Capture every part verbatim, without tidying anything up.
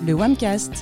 Le WAMcast,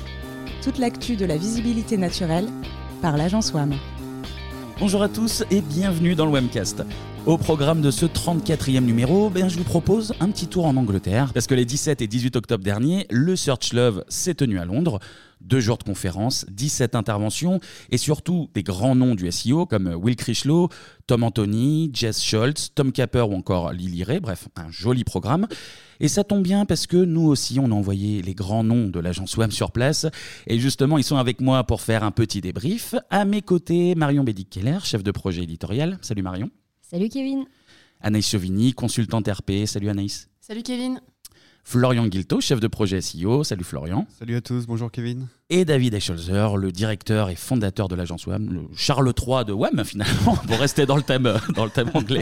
toute l'actu de la visibilité naturelle par l'agence W A M. Bonjour à tous et bienvenue dans le WAMcast. Au programme de ce trente-quatrième numéro, ben, je vous propose un petit tour en Angleterre, parce que les dix-sept et dix-huit octobre dernier, le Search Love s'est tenu à Londres. Deux jours de conférences, dix-sept interventions et surtout des grands noms du S E O comme Will Critchlow, Tom Anthony, Jess Scholz, Tom Capper ou encore Lily Ray. Bref, un joli programme. Et ça tombe bien parce que nous aussi, on a envoyé les grands noms de l'agence W A M sur place. Et justement, ils sont avec moi pour faire un petit débrief. À mes côtés, Marion Bédic-Keller, chef de projet éditorial. Salut Marion. Salut Kevin. Anaïs Chauvigny, consultante R P. Salut Anaïs. Salut Kevin. Florian Guilto, chef de projet S E O. Salut Florian. Salut à tous, bonjour Kevin. Et David Eicholzer, le directeur et fondateur de l'agence W A M, le Charles trois de W A M finalement, pour rester dans le thème, dans le thème anglais.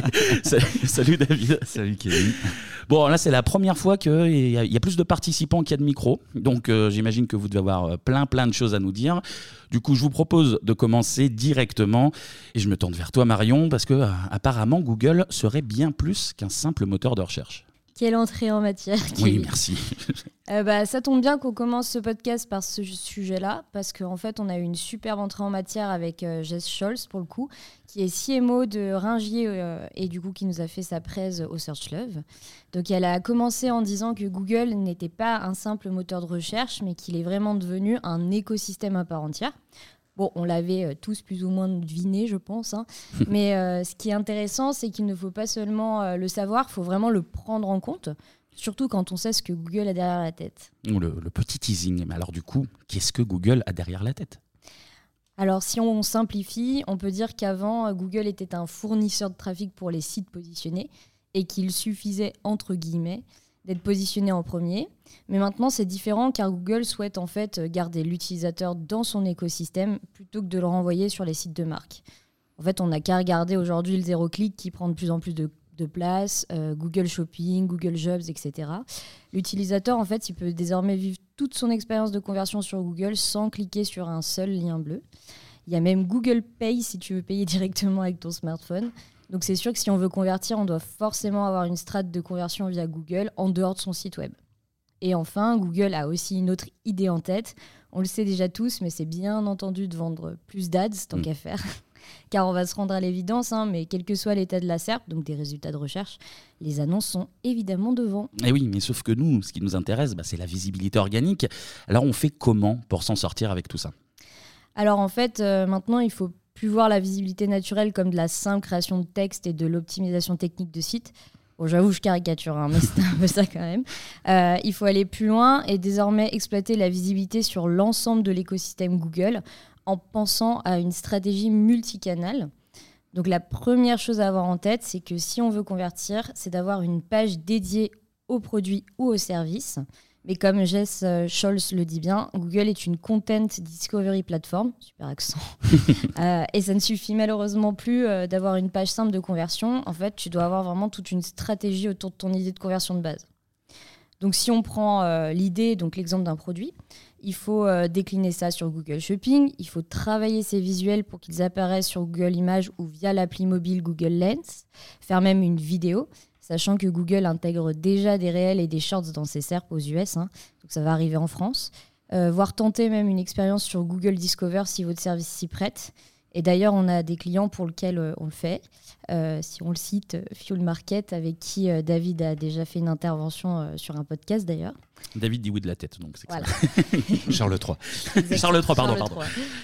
Salut David. Salut Kevin. Bon, là c'est la première fois qu'il y, y a plus de participants qu'il y a de micros, donc euh, j'imagine que vous devez avoir plein plein de choses à nous dire. Du coup, je vous propose de commencer directement, et je me tourne vers toi Marion, parce que euh, apparemment Google serait bien plus qu'un simple moteur de recherche. Quelle entrée en matière. Oui, merci. euh, bah, ça tombe bien qu'on commence ce podcast par ce sujet-là, parce qu'en fait, on a eu une superbe entrée en matière avec euh, Jess Scholz, pour le coup, qui est C M O de Ringier euh, et du coup qui nous a fait sa presse au Search Love. Donc, elle a commencé en disant que Google n'était pas un simple moteur de recherche, mais qu'il est vraiment devenu un écosystème à part entière. Bon, on l'avait euh, tous plus ou moins deviné, je pense. Hein. Mais euh, ce qui est intéressant, c'est qu'il ne faut pas seulement euh, le savoir, il faut vraiment le prendre en compte, surtout quand on sait ce que Google a derrière la tête. Le, le petit teasing. Mais alors du coup, qu'est-ce que Google a derrière la tête ? Alors si on simplifie, on peut dire qu'avant, Google était un fournisseur de trafic pour les sites positionnés et qu'il suffisait, entre guillemets, d'être positionné en premier. Mais maintenant, c'est différent car Google souhaite en fait garder l'utilisateur dans son écosystème plutôt que de le renvoyer sur les sites de marque. En fait, on n'a qu'à regarder aujourd'hui le zéro-clic qui prend de plus en plus de, de place, euh, Google Shopping, Google Jobs, et cetera. L'utilisateur, en fait, il peut désormais vivre toute son expérience de conversion sur Google sans cliquer sur un seul lien bleu. Il y a même Google Pay si tu veux payer directement avec ton smartphone. Donc c'est sûr que si on veut convertir, on doit forcément avoir une strate de conversion via Google en dehors de son site web. Et enfin, Google a aussi une autre idée en tête. On le sait déjà tous, mais c'est bien entendu de vendre plus d'ads, tant mmh. qu'à faire. Car on va se rendre à l'évidence, hein, mais quel que soit l'état de la S E R P, donc des résultats de recherche, les annonces sont évidemment devant. Et oui, mais sauf que nous, ce qui nous intéresse, bah, c'est la visibilité organique. Alors on fait comment pour s'en sortir avec tout ça ? Alors en fait, euh, maintenant, il faut plus voir la visibilité naturelle comme de la simple création de texte et de l'optimisation technique de site. Bon, j'avoue, je caricature, hein, mais c'est un peu ça quand même. Euh, il faut aller plus loin et désormais exploiter la visibilité sur l'ensemble de l'écosystème Google en pensant à une stratégie multicanale. Donc la première chose à avoir en tête, c'est que si on veut convertir, c'est d'avoir une page dédiée aux produits ou aux services. Mais comme Jess Scholz le dit bien, Google est une Content Discovery Platform, super accent, euh, et ça ne suffit malheureusement plus euh, d'avoir une page simple de conversion. En fait, tu dois avoir vraiment toute une stratégie autour de ton idée de conversion de base. Donc si on prend euh, l'idée, donc l'exemple d'un produit, il faut euh, décliner ça sur Google Shopping, il faut travailler ces visuels pour qu'ils apparaissent sur Google Images ou via l'appli mobile Google Lens, faire même une vidéo, sachant que Google intègre déjà des réels et des shorts dans ses S E R P aux U S, hein, donc ça va arriver en France. Euh, voire tenter même une expérience sur Google Discover si votre service s'y prête. Et d'ailleurs, on a des clients pour lesquels euh, on le fait. Euh, si on le cite, Fuel Market, avec qui euh, David a déjà fait une intervention euh, sur un podcast d'ailleurs. David dit oui de la tête, donc c'est voilà. Charles trois. Charles trois, pardon, Charles pardon.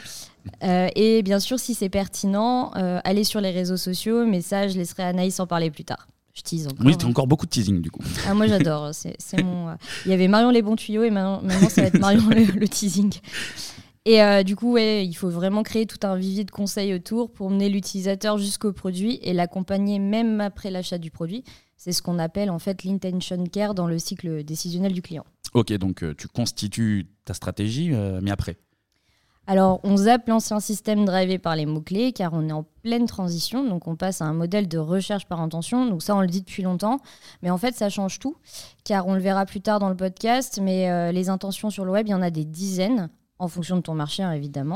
Euh, et bien sûr, si c'est pertinent, euh, allez sur les réseaux sociaux, mais ça, je laisserai Anaïs en parler plus tard. Je tease encore. Oui, tu as encore beaucoup de teasing du coup. Ah, moi j'adore. C'est, c'est mon, euh... Il y avait Marion les bons tuyaux et maintenant, maintenant ça va être Marion le, le teasing. Et euh, du coup, ouais, il faut vraiment créer tout un vivier de conseils autour pour mener l'utilisateur jusqu'au produit et l'accompagner même après l'achat du produit. C'est ce qu'on appelle en fait l'intention care dans le cycle décisionnel du client. Ok, donc euh, tu constitues ta stratégie, euh, mais après ? Alors, on zappe l'ancien système drivé par les mots-clés car on est en pleine transition. Donc, on passe à un modèle de recherche par intention. Donc, ça, on le dit depuis longtemps. Mais en fait, ça change tout car on le verra plus tard dans le podcast. Mais euh, les intentions sur le web, il y en a des dizaines en fonction de ton marché, hein, évidemment.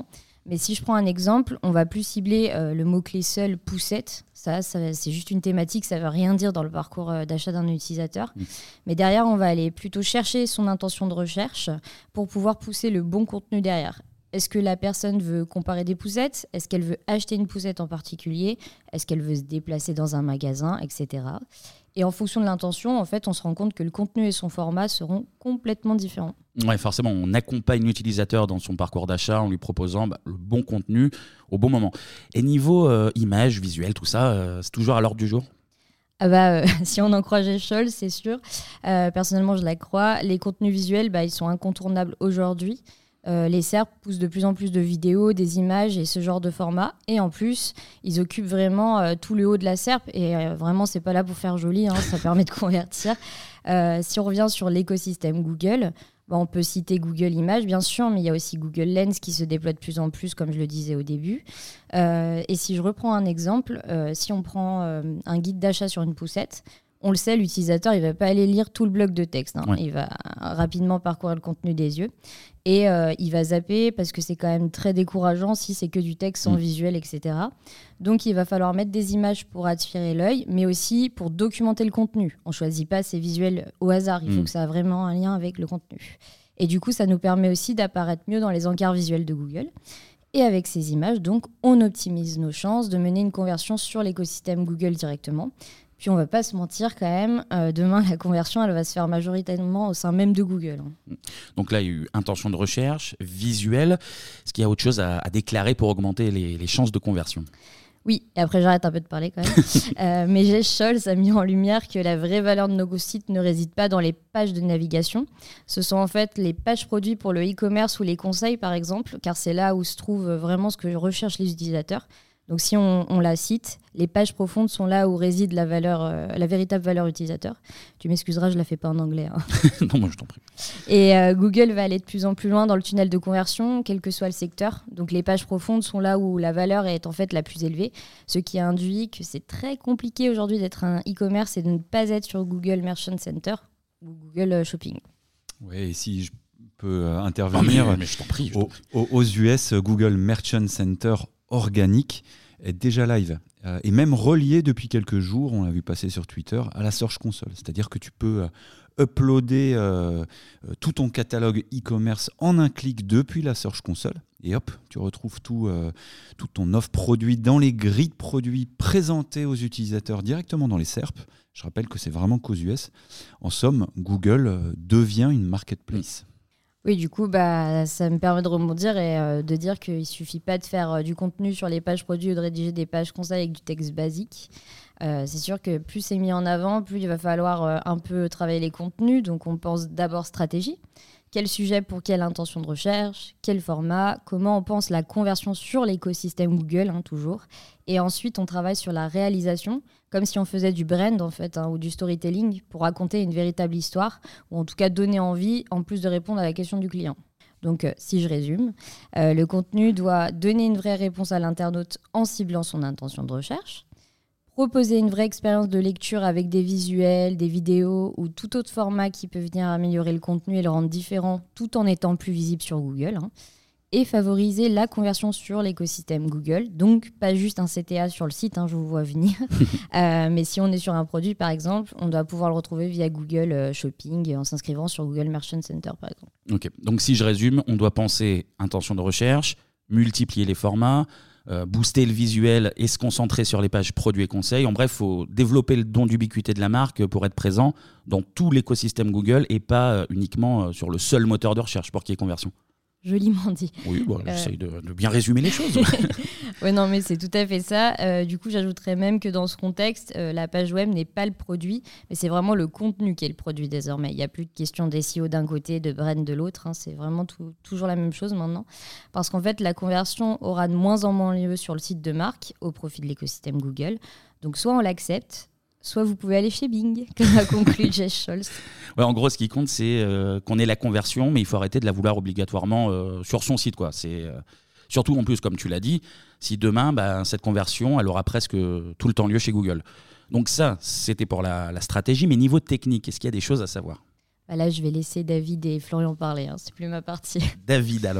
Mais si je prends un exemple, on va plus cibler euh, le mot-clé seul poussette. Ça, ça, c'est juste une thématique, ça ne veut rien dire dans le parcours euh, d'achat d'un utilisateur. Mmh. Mais derrière, on va aller plutôt chercher son intention de recherche pour pouvoir pousser le bon contenu derrière. Est-ce que la personne veut comparer des poussettes ? Est-ce qu'elle veut acheter une poussette en particulier ? Est-ce qu'elle veut se déplacer dans un magasin, et cetera. Et en fonction de l'intention, en fait, on se rend compte que le contenu et son format seront complètement différents. Ouais, forcément, on accompagne l'utilisateur dans son parcours d'achat en lui proposant bah, le bon contenu au bon moment. Et niveau euh, image, visuel, tout ça, euh, c'est toujours à l'ordre du jour ? Ah bah, euh, si on en croit G-Scholl, c'est sûr. Euh, personnellement, je la crois. Les contenus visuels, bah, ils sont incontournables aujourd'hui. Euh, les S E R P poussent de plus en plus de vidéos, des images et ce genre de format. Et en plus, ils occupent vraiment euh, tout le haut de la S E R P. Et euh, vraiment, c'est pas là pour faire joli, hein, ça permet de convertir. Euh, si on revient sur l'écosystème Google, bah, on peut citer Google Images, bien sûr, mais il y a aussi Google Lens qui se déploie de plus en plus, comme je le disais au début. Euh, et si je reprends un exemple, euh, si on prend euh, un guide d'achat sur une poussette, on le sait, l'utilisateur, il ne va pas aller lire tout le bloc de texte. Hein. Ouais. Il va rapidement parcourir le contenu des yeux. Et euh, il va zapper parce que c'est quand même très décourageant si c'est que du texte sans mmh. visuel, et cetera. Donc, il va falloir mettre des images pour attirer l'œil, mais aussi pour documenter le contenu. On ne choisit pas ces visuels au hasard. Il mmh. faut que ça ait vraiment un lien avec le contenu. Et du coup, ça nous permet aussi d'apparaître mieux dans les encarts visuels de Google. Et avec ces images, donc, on optimise nos chances de mener une conversion sur l'écosystème Google directement. Puis on ne va pas se mentir quand même, euh, demain la conversion elle va se faire majoritairement au sein même de Google. Donc là il y a eu intention de recherche, visuel. Est-ce qu'il y a autre chose à, à déclarer pour augmenter les, les chances de conversion ? Oui, et après j'arrête un peu de parler quand même. euh, mais G-Scholl a mis en lumière que la vraie valeur de nos sites ne réside pas dans les pages de navigation. Ce sont en fait les pages produits pour le e-commerce ou les conseils par exemple, car c'est là où se trouve vraiment ce que recherchent les utilisateurs. Donc si on, on la cite, les pages profondes sont là où réside la, valeur, euh, la véritable valeur utilisateur. Tu m'excuseras, je ne la fais pas en anglais. Hein. Non, moi je t'en prie. Et euh, Google va aller de plus en plus loin dans le tunnel de conversion, quel que soit le secteur. Donc les pages profondes sont là où la valeur est en fait la plus élevée, ce qui induit que c'est très compliqué aujourd'hui d'être un e-commerce et de ne pas être sur Google Merchant Center ou Google Shopping. Oui, et si je peux euh, intervenir, non, mais, mais je t'en prie, je t'en prie. Aux, aux U S, Google Merchant Center organique est déjà live euh, et même relié depuis quelques jours, on l'a vu passer sur Twitter, à la Search Console. C'est-à-dire que tu peux euh, uploader euh, tout ton catalogue e-commerce en un clic depuis la Search Console et hop, tu retrouves tout, euh, toute ton offre produit dans les grilles de produits présentés aux utilisateurs directement dans les S E R P. Je rappelle que c'est vraiment qu'aux U S. En somme, Google euh, devient une marketplace. Oui, du coup, bah, ça me permet de rebondir et euh, de dire qu'il ne suffit pas de faire euh, du contenu sur les pages produits ou de rédiger des pages conseils avec du texte basique. Euh, c'est sûr que plus c'est mis en avant, plus il va falloir euh, un peu travailler les contenus. Donc, on pense d'abord stratégie. Quel sujet pour quelle intention de recherche ? Quel format ? Comment on pense la conversion sur l'écosystème Google, hein, toujours. Et ensuite, on travaille sur la réalisation, comme si on faisait du brand en fait, hein, ou du storytelling pour raconter une véritable histoire, ou en tout cas donner envie, en plus de répondre à la question du client. Donc, euh, si je résume, euh, le contenu doit donner une vraie réponse à l'internaute en ciblant son intention de recherche, proposer une vraie expérience de lecture avec des visuels, des vidéos ou tout autre format qui peut venir améliorer le contenu et le rendre différent tout en étant plus visible sur Google, hein, et favoriser la conversion sur l'écosystème Google. Donc, pas juste un C T A sur le site, hein, je vous vois venir, euh, mais si on est sur un produit, par exemple, on doit pouvoir le retrouver via Google euh, Shopping en s'inscrivant sur Google Merchant Center, par exemple. Ok, donc si je résume, on doit penser intention de recherche, multiplier les formats, Euh, booster le visuel et se concentrer sur les pages produits et conseils. En bref, il faut développer le don d'ubiquité de la marque pour être présent dans tout l'écosystème Google et pas uniquement sur le seul moteur de recherche pour qu'il y ait conversion. Joliment dit. Oui, bon, euh... j'essaye de, de bien résumer les choses. Oui, non, mais c'est tout à fait ça. Euh, du coup, j'ajouterais même que dans ce contexte, euh, la page web n'est pas le produit, mais c'est vraiment le contenu qui est le produit désormais. Il n'y a plus de question d'S E O d'un côté, de brand de l'autre. Hein. C'est vraiment tout, toujours la même chose maintenant. Parce qu'en fait, la conversion aura de moins en moins lieu sur le site de marque au profit de l'écosystème Google. Donc, soit on l'accepte, soit vous pouvez aller chez Bing, comme a conclu G-Scholl. Ouais, en gros, ce qui compte, c'est euh, qu'on ait la conversion, mais il faut arrêter de la vouloir obligatoirement euh, sur son site, quoi. C'est, euh, surtout, en plus, comme tu l'as dit, si demain, bah, cette conversion, elle aura presque tout le temps lieu chez Google. Donc ça, c'était pour la, la stratégie, mais niveau technique, est-ce qu'il y a des choses à savoir ? Bah là, je vais laisser David et Florian parler, hein. C'est plus ma partie. David, alors ?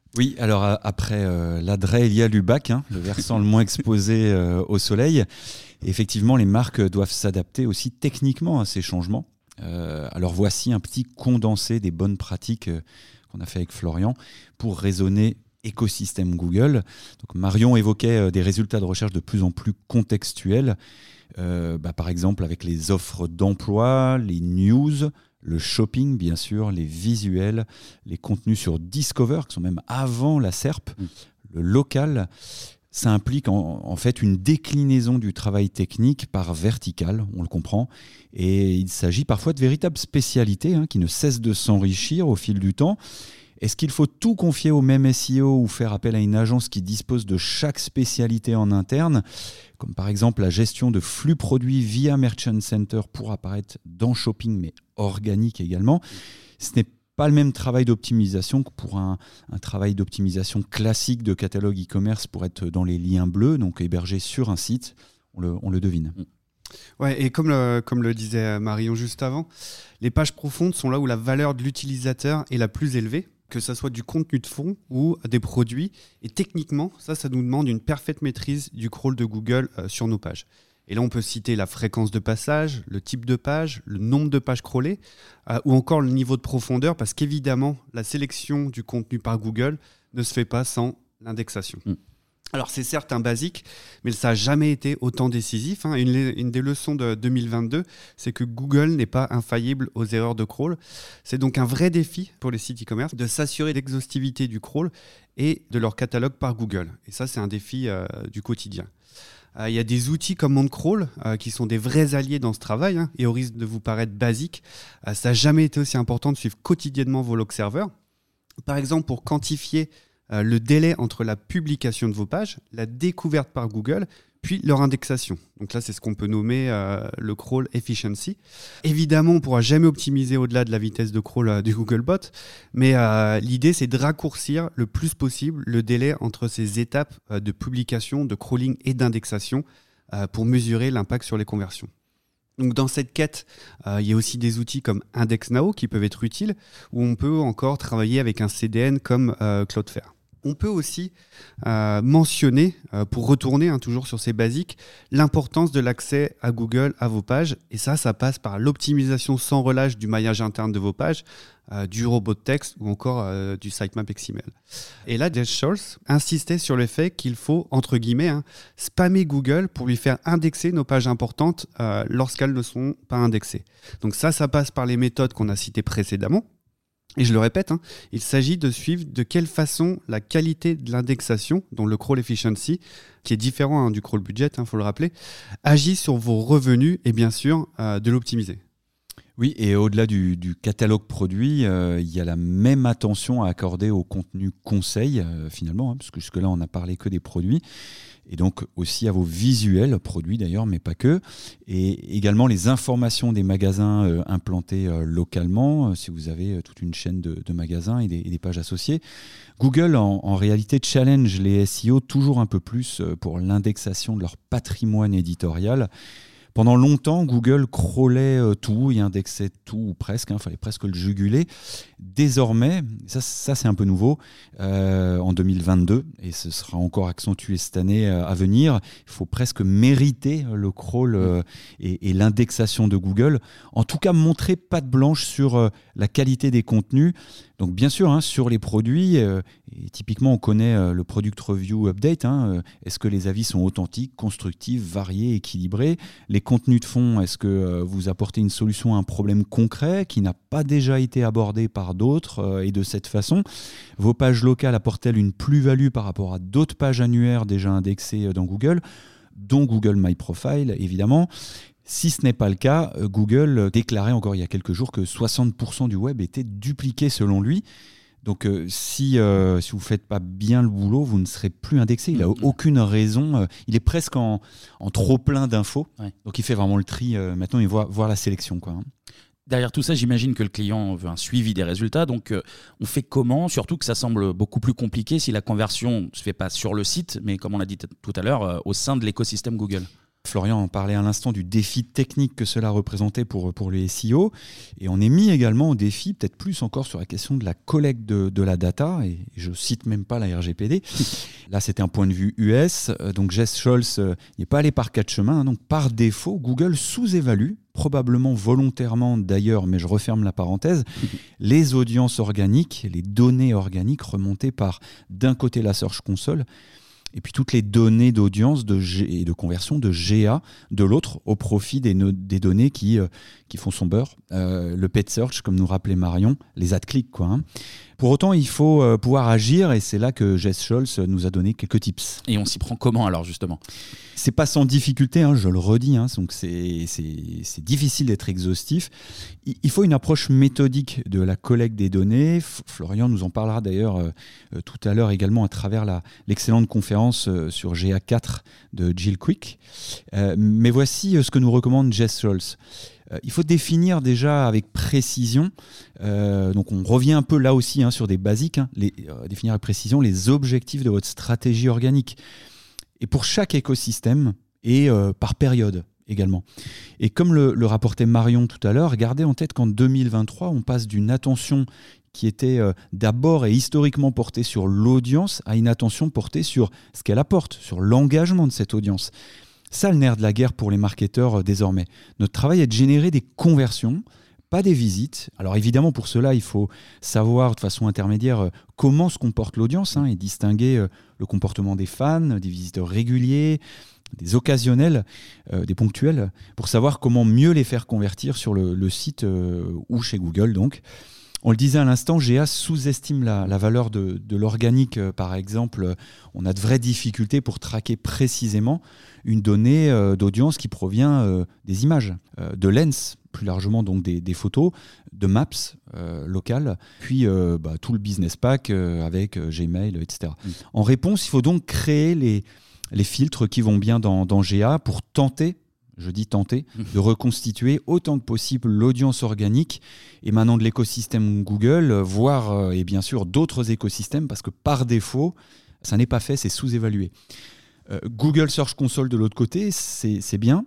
Oui, alors après euh, l'Adret, il y a l'U B A C, hein, le versant le moins exposé euh, au soleil. Et effectivement, les marques doivent s'adapter aussi techniquement à ces changements. Euh, alors voici un petit condensé des bonnes pratiques euh, qu'on a fait avec Florian pour raisonner écosystème Google. Donc Marion évoquait euh, des résultats de recherche de plus en plus contextuels, euh, bah, par exemple avec les offres d'emploi, les news, le shopping bien sûr, les visuels, les contenus sur Discover qui sont même avant la S E R P, mmh. le local. Ça implique en, en fait une déclinaison du travail technique par verticale, on le comprend, et il s'agit parfois de véritables spécialités hein, qui ne cessent de s'enrichir au fil du temps. Est-ce qu'il faut tout confier au même S E O ou faire appel à une agence qui dispose de chaque spécialité en interne, comme par exemple la gestion de flux produits via Merchant Center pour apparaître dans Shopping, mais organique également. Ce n'est pas le même travail d'optimisation que pour un, un travail d'optimisation classique de catalogue e-commerce pour être dans les liens bleus, donc hébergé sur un site, on le, on le devine. Ouais, et comme le, comme le disait Marion juste avant, les pages profondes sont là où la valeur de l'utilisateur est la plus élevée, que ce soit du contenu de fond ou des produits. Et techniquement, ça, ça nous demande une parfaite maîtrise du crawl de Google euh, sur nos pages. Et là, on peut citer la fréquence de passage, le type de page, le nombre de pages crawlées, euh, ou encore le niveau de profondeur, parce qu'évidemment, la sélection du contenu par Google ne se fait pas sans l'indexation. Mm. Alors, c'est certes un basique, mais ça n'a jamais été autant décisif. Hein. Une, une des leçons de deux mille vingt-deux, c'est que Google n'est pas infaillible aux erreurs de crawl. C'est donc un vrai défi pour les sites e-commerce de s'assurer de l'exhaustivité du crawl et de leur catalogue par Google. Et ça, c'est un défi euh, du quotidien. Il euh, y a des outils comme OnCrawl euh, qui sont des vrais alliés dans ce travail hein, et au risque de vous paraître basique, euh, ça n'a jamais été aussi important de suivre quotidiennement vos log serveurs. Par exemple, pour quantifier euh, le délai entre la publication de vos pages, la découverte par Google, puis leur indexation. Donc là, c'est ce qu'on peut nommer euh, le crawl efficiency. Évidemment, on ne pourra jamais optimiser au-delà de la vitesse de crawl euh, du Googlebot, mais euh, l'idée, c'est de raccourcir le plus possible le délai entre ces étapes euh, de publication, de crawling et d'indexation euh, pour mesurer l'impact sur les conversions. Donc dans cette quête, euh, il y a aussi des outils comme IndexNow qui peuvent être utiles, où on peut encore travailler avec un C D N comme euh, Cloudflare. On peut aussi euh, mentionner, euh, pour retourner hein, toujours sur ces basiques, l'importance de l'accès à Google à vos pages. Et ça, ça passe par l'optimisation sans relâche du maillage interne de vos pages, euh, du robot de texte ou encore euh, du sitemap X M L. Et là, Jess Scholz insistait sur le fait qu'il faut, entre guillemets, hein, spammer Google pour lui faire indexer nos pages importantes euh, lorsqu'elles ne sont pas indexées. Donc ça, ça passe par les méthodes qu'on a citées précédemment. Et je le répète, hein, il s'agit de suivre de quelle façon la qualité de l'indexation, dont le crawl efficiency, qui est différent hein, du crawl budget, il hein, faut le rappeler, agit sur vos revenus et bien sûr euh, de l'optimiser. Oui, et au-delà du, du catalogue produit, euh, il y a la même attention à accorder au contenu conseil, euh, finalement, hein, parce que jusque-là, on n'a parlé que des produits. Et donc aussi à vos visuels, produits d'ailleurs, mais pas que. Et également les informations des magasins euh, implantés euh, localement, euh, si vous avez euh, toute une chaîne de, de magasins et des, et des pages associées. Google, en, en réalité, challenge les S E O toujours un peu plus euh, pour l'indexation de leur patrimoine éditorial. Pendant longtemps, Google crawlait euh, tout, il indexait tout ou presque, il hein, fallait presque le juguler. Désormais, ça, ça c'est un peu nouveau, euh, en deux mille vingt-deux, et ce sera encore accentué cette année euh, à venir, il faut presque mériter le crawl euh, et, et l'indexation de Google. En tout cas, montrer patte blanche sur euh, la qualité des contenus. Donc bien sûr, hein, sur les produits, euh, et typiquement on connaît euh, le Product Review Update, hein, euh, est-ce que les avis sont authentiques, constructifs, variés, équilibrés? Les contenus de fond, est-ce que euh, vous apportez une solution à un problème concret qui n'a pas déjà été abordé par d'autres euh, et de cette façon? Vos pages locales apportent-elles une plus-value par rapport à d'autres pages annuaires déjà indexées dans Google, dont Google My Profile évidemment? Si ce n'est pas le cas, Google déclarait encore il y a quelques jours que soixante pour cent du web était dupliqué selon lui. Donc euh, si, euh, si vous ne faites pas bien le boulot, vous ne serez plus indexé. Il n'a aucune raison. Euh, il est presque en, en trop plein d'infos. Ouais. Donc il fait vraiment le tri. Euh, maintenant, il voit voir la sélection, quoi, hein. Derrière tout ça, j'imagine que le client veut un suivi des résultats. Donc, euh, on fait comment? Surtout que ça semble beaucoup plus compliqué si la conversion ne se fait pas sur le site, mais comme on l'a dit t- tout à l'heure, euh, au sein de l'écosystème Google. Florian en parlait à l'instant du défi technique que cela représentait pour, pour les S E O. Et on est mis également au défi, peut-être plus encore sur la question de la collecte de, de la data. Et je cite même pas la R G P D. Là, c'était un point de vue U S. Donc Jess Scholz euh, n'est pas allé par quatre chemins. Hein. Donc par défaut, Google sous-évalue, probablement volontairement d'ailleurs, mais je referme la parenthèse, les audiences organiques, les données organiques remontées par d'un côté la Search Console, et puis toutes les données d'audience de G- et de conversion de G A de l'autre, au profit des, no- des données qui, euh, qui font son beurre. Euh, le paid search, comme nous rappelait Marion, les ad clics, quoi. Hein. Pour autant, il faut euh, pouvoir agir, et c'est là que Jess Scholz nous a donné quelques tips. Et on s'y prend comment alors justement ? C'est pas sans difficulté, hein, je le redis, hein, donc c'est, c'est, c'est difficile d'être exhaustif. Il, il faut une approche méthodique de la collecte des données. F- Florian nous en parlera d'ailleurs euh, euh, tout à l'heure également à travers la, l'excellente conférence euh, sur G A quatre de Jill Quick. Euh, mais voici euh, ce que nous recommande Jess Scholz. Euh, il faut définir déjà avec précision, euh, donc on revient un peu là aussi hein, sur des basiques, hein, les, euh, définir avec précision les objectifs de votre stratégie organique. Et pour chaque écosystème et euh, par période également. Et comme le, le rapportait Marion tout à l'heure, gardez en tête qu'en deux mille vingt-trois, on passe d'une attention qui était euh, d'abord et historiquement portée sur l'audience à une attention portée sur ce qu'elle apporte, sur l'engagement de cette audience. Ça, le nerf de la guerre pour les marketeurs euh, désormais. Notre travail est de générer des conversions, pas des visites. Alors évidemment, pour cela, il faut savoir de façon intermédiaire euh, comment se comporte l'audience hein, et distinguer euh, le comportement des fans, des visiteurs réguliers, des occasionnels, euh, des ponctuels, pour savoir comment mieux les faire convertir sur le, le site euh, ou chez Google. Donc, on le disait à l'instant, G A sous-estime la, la valeur de, de l'organique. Euh, par exemple, on a de vraies difficultés pour traquer précisément une donnée euh, d'audience qui provient euh, des images, euh, de Lens, plus largement donc des, des photos, de Maps euh, locales, puis euh, bah, tout le business pack euh, avec euh, Gmail, et cetera. Mmh. En réponse, il faut donc créer les, les filtres qui vont bien dans, dans G A pour tenter, je dis tenter, mmh. de reconstituer autant que possible l'audience organique émanant de l'écosystème Google, voire euh, et bien sûr d'autres écosystèmes, parce que par défaut, ça n'est pas fait, c'est sous-évalué. Euh, Google Search Console de l'autre côté, c'est, c'est bien,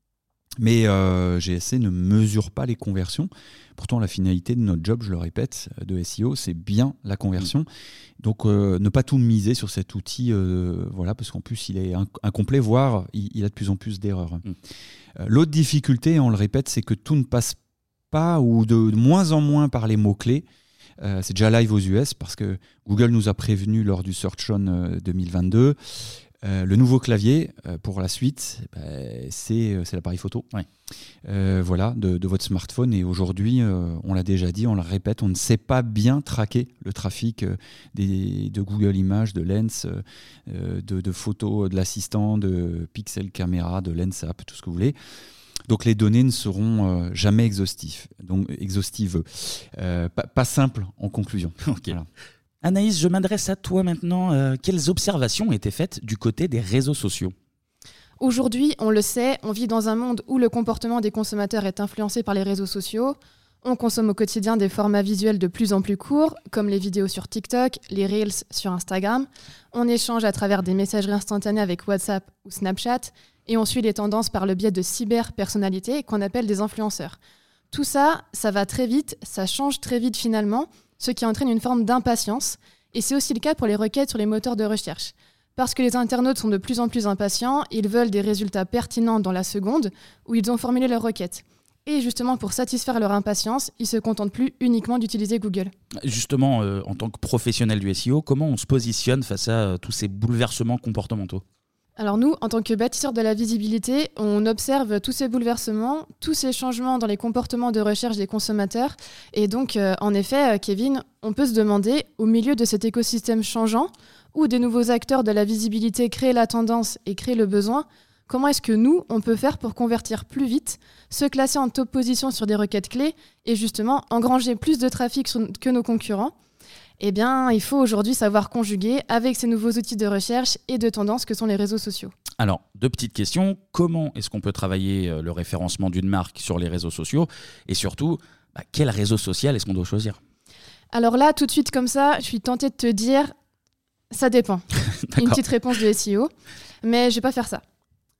mais euh, G S C ne mesure pas les conversions. Pourtant, la finalité de notre job, je le répète, de S E O, c'est bien la conversion. Mmh. Donc, euh, ne pas tout miser sur cet outil, euh, voilà, parce qu'en plus, il est incomplet, voire il, il a de plus en plus d'erreurs. Mmh. Euh, l'autre difficulté, on le répète, c'est que tout ne passe pas, ou de, de moins en moins par les mots-clés. Euh, c'est déjà live aux U S, parce que Google nous a prévenu lors du SearchOn euh, deux mille vingt-deux. Euh, le nouveau clavier euh, pour la suite, bah, c'est, c'est l'appareil photo ouais. euh, voilà, de, de votre smartphone. Et aujourd'hui, euh, on l'a déjà dit, on le répète, on ne sait pas bien traquer le trafic euh, des, de Google Images, de Lens, euh, de, de photos de l'assistant, de Pixel Camera, de Lens App, tout ce que vous voulez. Donc les données ne seront euh, jamais exhaustives. Donc, exhaustives. Euh, pas, pas simple en conclusion. Ok. Voilà. Anaïs, je m'adresse à toi maintenant. Euh, quelles observations ont été faites du côté des réseaux sociaux ? Aujourd'hui, on le sait, on vit dans un monde où le comportement des consommateurs est influencé par les réseaux sociaux. On consomme au quotidien des formats visuels de plus en plus courts, comme les vidéos sur TikTok, les Reels sur Instagram. On échange à travers des messageries instantanées avec WhatsApp ou Snapchat, et on suit les tendances par le biais de cyber-personnalités qu'on appelle des influenceurs. Tout ça, ça va très vite, ça change très vite finalement, ce qui entraîne une forme d'impatience. Et c'est aussi le cas pour les requêtes sur les moteurs de recherche. Parce que les internautes sont de plus en plus impatients, ils veulent des résultats pertinents dans la seconde où ils ont formulé leur requête. Et justement, pour satisfaire leur impatience, ils ne se contentent plus uniquement d'utiliser Google. Justement, euh, en tant que professionnel du S E O, comment on se positionne face à euh, tous ces bouleversements comportementaux ? Alors nous, en tant que bâtisseurs de la visibilité, on observe tous ces bouleversements, tous ces changements dans les comportements de recherche des consommateurs. Et donc, euh, en effet, Kevin, on peut se demander, au milieu de cet écosystème changeant, où des nouveaux acteurs de la visibilité créent la tendance et créent le besoin, comment est-ce que nous, on peut faire pour convertir plus vite, se classer en top position sur des requêtes clés et justement engranger plus de trafic que nos concurrents ? Eh bien, il faut aujourd'hui savoir conjuguer avec ces nouveaux outils de recherche et de tendance que sont les réseaux sociaux. Alors, deux petites questions. Comment est-ce qu'on peut travailler le référencement d'une marque sur les réseaux sociaux ? Et surtout, bah, quel réseau social est-ce qu'on doit choisir ? Alors là, tout de suite comme ça, je suis tentée de te dire, ça dépend. Une petite réponse de S E O, mais je ne vais pas faire ça.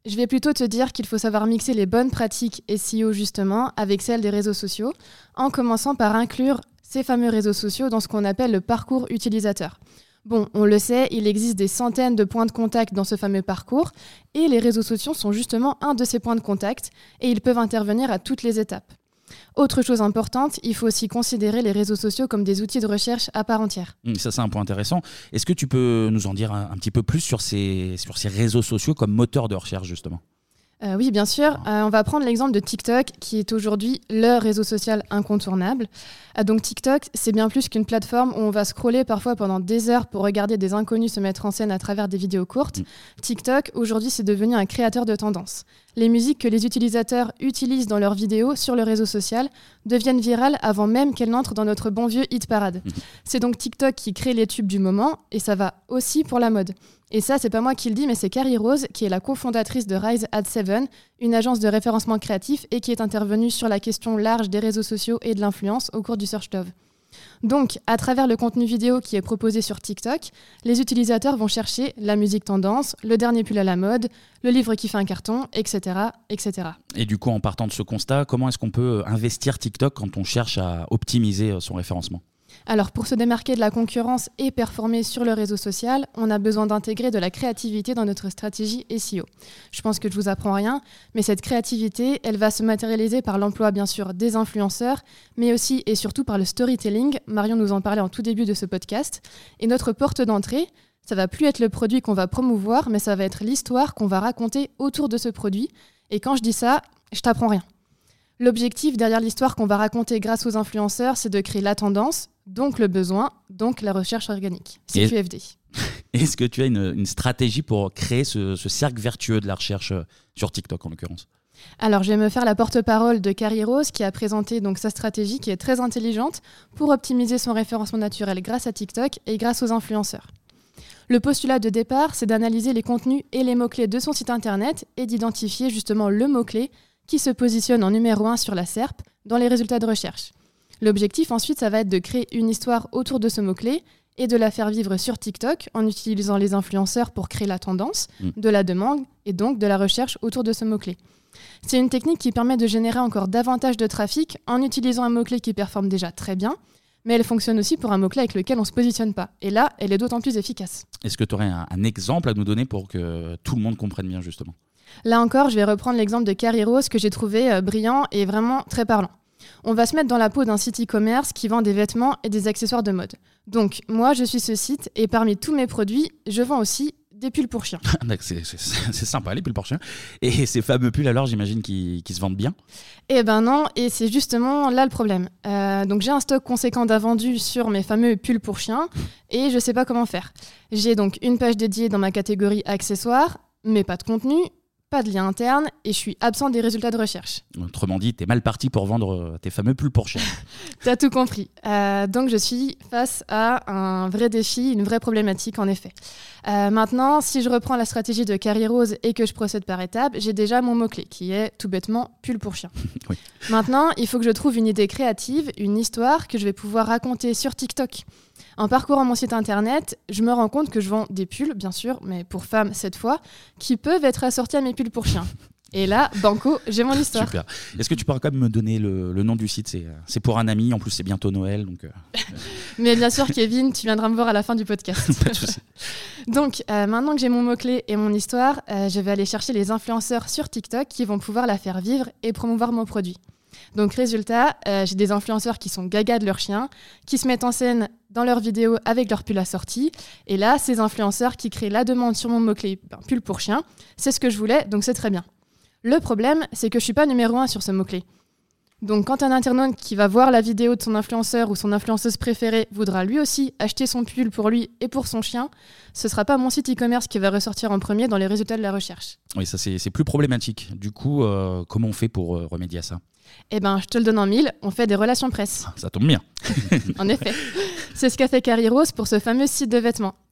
Je vais plutôt te dire qu'il faut savoir mixer les bonnes pratiques S E O justement avec celles des réseaux sociaux, en commençant par inclure ces fameux réseaux sociaux dans ce qu'on appelle le parcours utilisateur. Bon, on le sait, il existe des centaines de points de contact dans ce fameux parcours et les réseaux sociaux sont justement un de ces points de contact et ils peuvent intervenir à toutes les étapes. Autre chose importante, il faut aussi considérer les réseaux sociaux comme des outils de recherche à part entière. Ça, c'est un point intéressant. Est-ce que tu peux nous en dire un, un petit peu plus sur ces, sur ces réseaux sociaux comme moteur de recherche, justement ? Euh, oui, bien sûr. Euh, on va prendre l'exemple de TikTok, qui est aujourd'hui le réseau social incontournable. Euh, donc TikTok, c'est bien plus qu'une plateforme où on va scroller parfois pendant des heures pour regarder des inconnus se mettre en scène à travers des vidéos courtes. Mmh. TikTok, aujourd'hui, c'est devenu un créateur de tendances. Les musiques que les utilisateurs utilisent dans leurs vidéos sur le réseau social deviennent virales avant même qu'elles n'entrent dans notre bon vieux hit parade. Mmh. C'est donc TikTok qui crée les tubes du moment et ça va aussi pour la mode. Et ça, c'est pas moi qui le dis, mais c'est Carrie Rose, qui est la cofondatrice de Rise at Seven, une agence de référencement créatif et qui est intervenue sur la question large des réseaux sociaux et de l'influence au cours du Search Love. Donc, à travers le contenu vidéo qui est proposé sur TikTok, les utilisateurs vont chercher la musique tendance, le dernier pull à la mode, le livre qui fait un carton, et cetera, et cetera. Et du coup, en partant de ce constat, comment est-ce qu'on peut investir TikTok quand on cherche à optimiser son référencement ? Alors, pour se démarquer de la concurrence et performer sur le réseau social, on a besoin d'intégrer de la créativité dans notre stratégie S E O. Je pense que je vous apprends rien, mais cette créativité, elle va se matérialiser par l'emploi, bien sûr, des influenceurs, mais aussi et surtout par le storytelling. Marion nous en parlait en tout début de ce podcast. Et notre porte d'entrée, ça va plus être le produit qu'on va promouvoir, mais ça va être l'histoire qu'on va raconter autour de ce produit. Et quand je dis ça, je t'apprends rien. L'objectif derrière l'histoire qu'on va raconter grâce aux influenceurs, c'est de créer la tendance, donc le besoin, donc la recherche organique. C Q F D. Est-ce que tu as une, une stratégie pour créer ce, ce cercle vertueux de la recherche sur TikTok en l'occurrence ? Alors, je vais me faire la porte-parole de Carrie Rose qui a présenté donc sa stratégie qui est très intelligente pour optimiser son référencement naturel grâce à TikTok et grâce aux influenceurs. Le postulat de départ, c'est d'analyser les contenus et les mots-clés de son site internet et d'identifier justement le mot-clé qui se positionne en numéro un sur la S E R P dans les résultats de recherche. L'objectif ensuite, ça va être de créer une histoire autour de ce mot-clé et de la faire vivre sur TikTok en utilisant les influenceurs pour créer la tendance, mmh. de la demande et donc de la recherche autour de ce mot-clé. C'est une technique qui permet de générer encore davantage de trafic en utilisant un mot-clé qui performe déjà très bien, mais elle fonctionne aussi pour un mot-clé avec lequel on ne se positionne pas. Et là, elle est d'autant plus efficace. Est-ce que tu aurais un, un exemple à nous donner pour que tout le monde comprenne bien justement ? Là encore, je vais reprendre l'exemple de Carrie Rose que j'ai trouvé euh, brillant et vraiment très parlant. On va se mettre dans la peau d'un site e-commerce qui vend des vêtements et des accessoires de mode. Donc, moi, je suis ce site et parmi tous mes produits, je vends aussi des pulls pour chiens. c'est, c'est, c'est sympa, les pulls pour chiens. Et ces fameux pulls, alors, j'imagine qu'ils, qu'ils se vendent bien ? Eh ben non, et c'est justement là le problème. Euh, donc, j'ai un stock conséquent d'invendus sur mes fameux pulls pour chiens et je ne sais pas comment faire. J'ai donc une page dédiée dans ma catégorie accessoires, mais pas de contenu, pas de lien interne et je suis absent des résultats de recherche. Autrement dit, t'es mal parti pour vendre tes fameux pulls pour chiens. T'as tout compris. Euh, donc je suis face à un vrai défi, une vraie problématique en effet. Euh, maintenant, si je reprends la stratégie de Carrie Rose et que je procède par étapes, j'ai déjà mon mot-clé qui est tout bêtement pull pour chien. Oui. Maintenant, il faut que je trouve une idée créative, une histoire que je vais pouvoir raconter sur TikTok. En parcourant mon site internet, je me rends compte que je vends des pulls, bien sûr, mais pour femmes cette fois, qui peuvent être assortis à mes pulls pour chiens. Et là, banco, j'ai mon histoire. Super. Est-ce que tu pourrais quand même me donner le, le nom du site ? c'est, c'est pour un ami, en plus c'est bientôt Noël. Donc euh... Mais bien sûr, Kevin, tu viendras me voir à la fin du podcast. Pas de souci. Donc, euh, maintenant que j'ai mon mot-clé et mon histoire, euh, je vais aller chercher les influenceurs sur TikTok qui vont pouvoir la faire vivre et promouvoir mon produit. Donc résultat, euh, j'ai des influenceurs qui sont gaga de leurs chiens, qui se mettent en scène dans leurs vidéos avec leur pull assorti. Et là, ces influenceurs qui créent la demande sur mon mot-clé ben, pull pour chien, c'est ce que je voulais, donc c'est très bien. Le problème, c'est que je ne suis pas numéro un sur ce mot-clé. Donc quand un internaute qui va voir la vidéo de son influenceur ou son influenceuse préférée voudra lui aussi acheter son pull pour lui et pour son chien, ce ne sera pas mon site e-commerce qui va ressortir en premier dans les résultats de la recherche. Oui, ça c'est, c'est plus problématique. Du coup, euh, comment on fait pour euh, remédier à ça ? Eh ben, je te le donne en mille, on fait des relations presse. Ça tombe bien. En effet. C'est ce qu'a fait Carrie Rose pour ce fameux site de vêtements.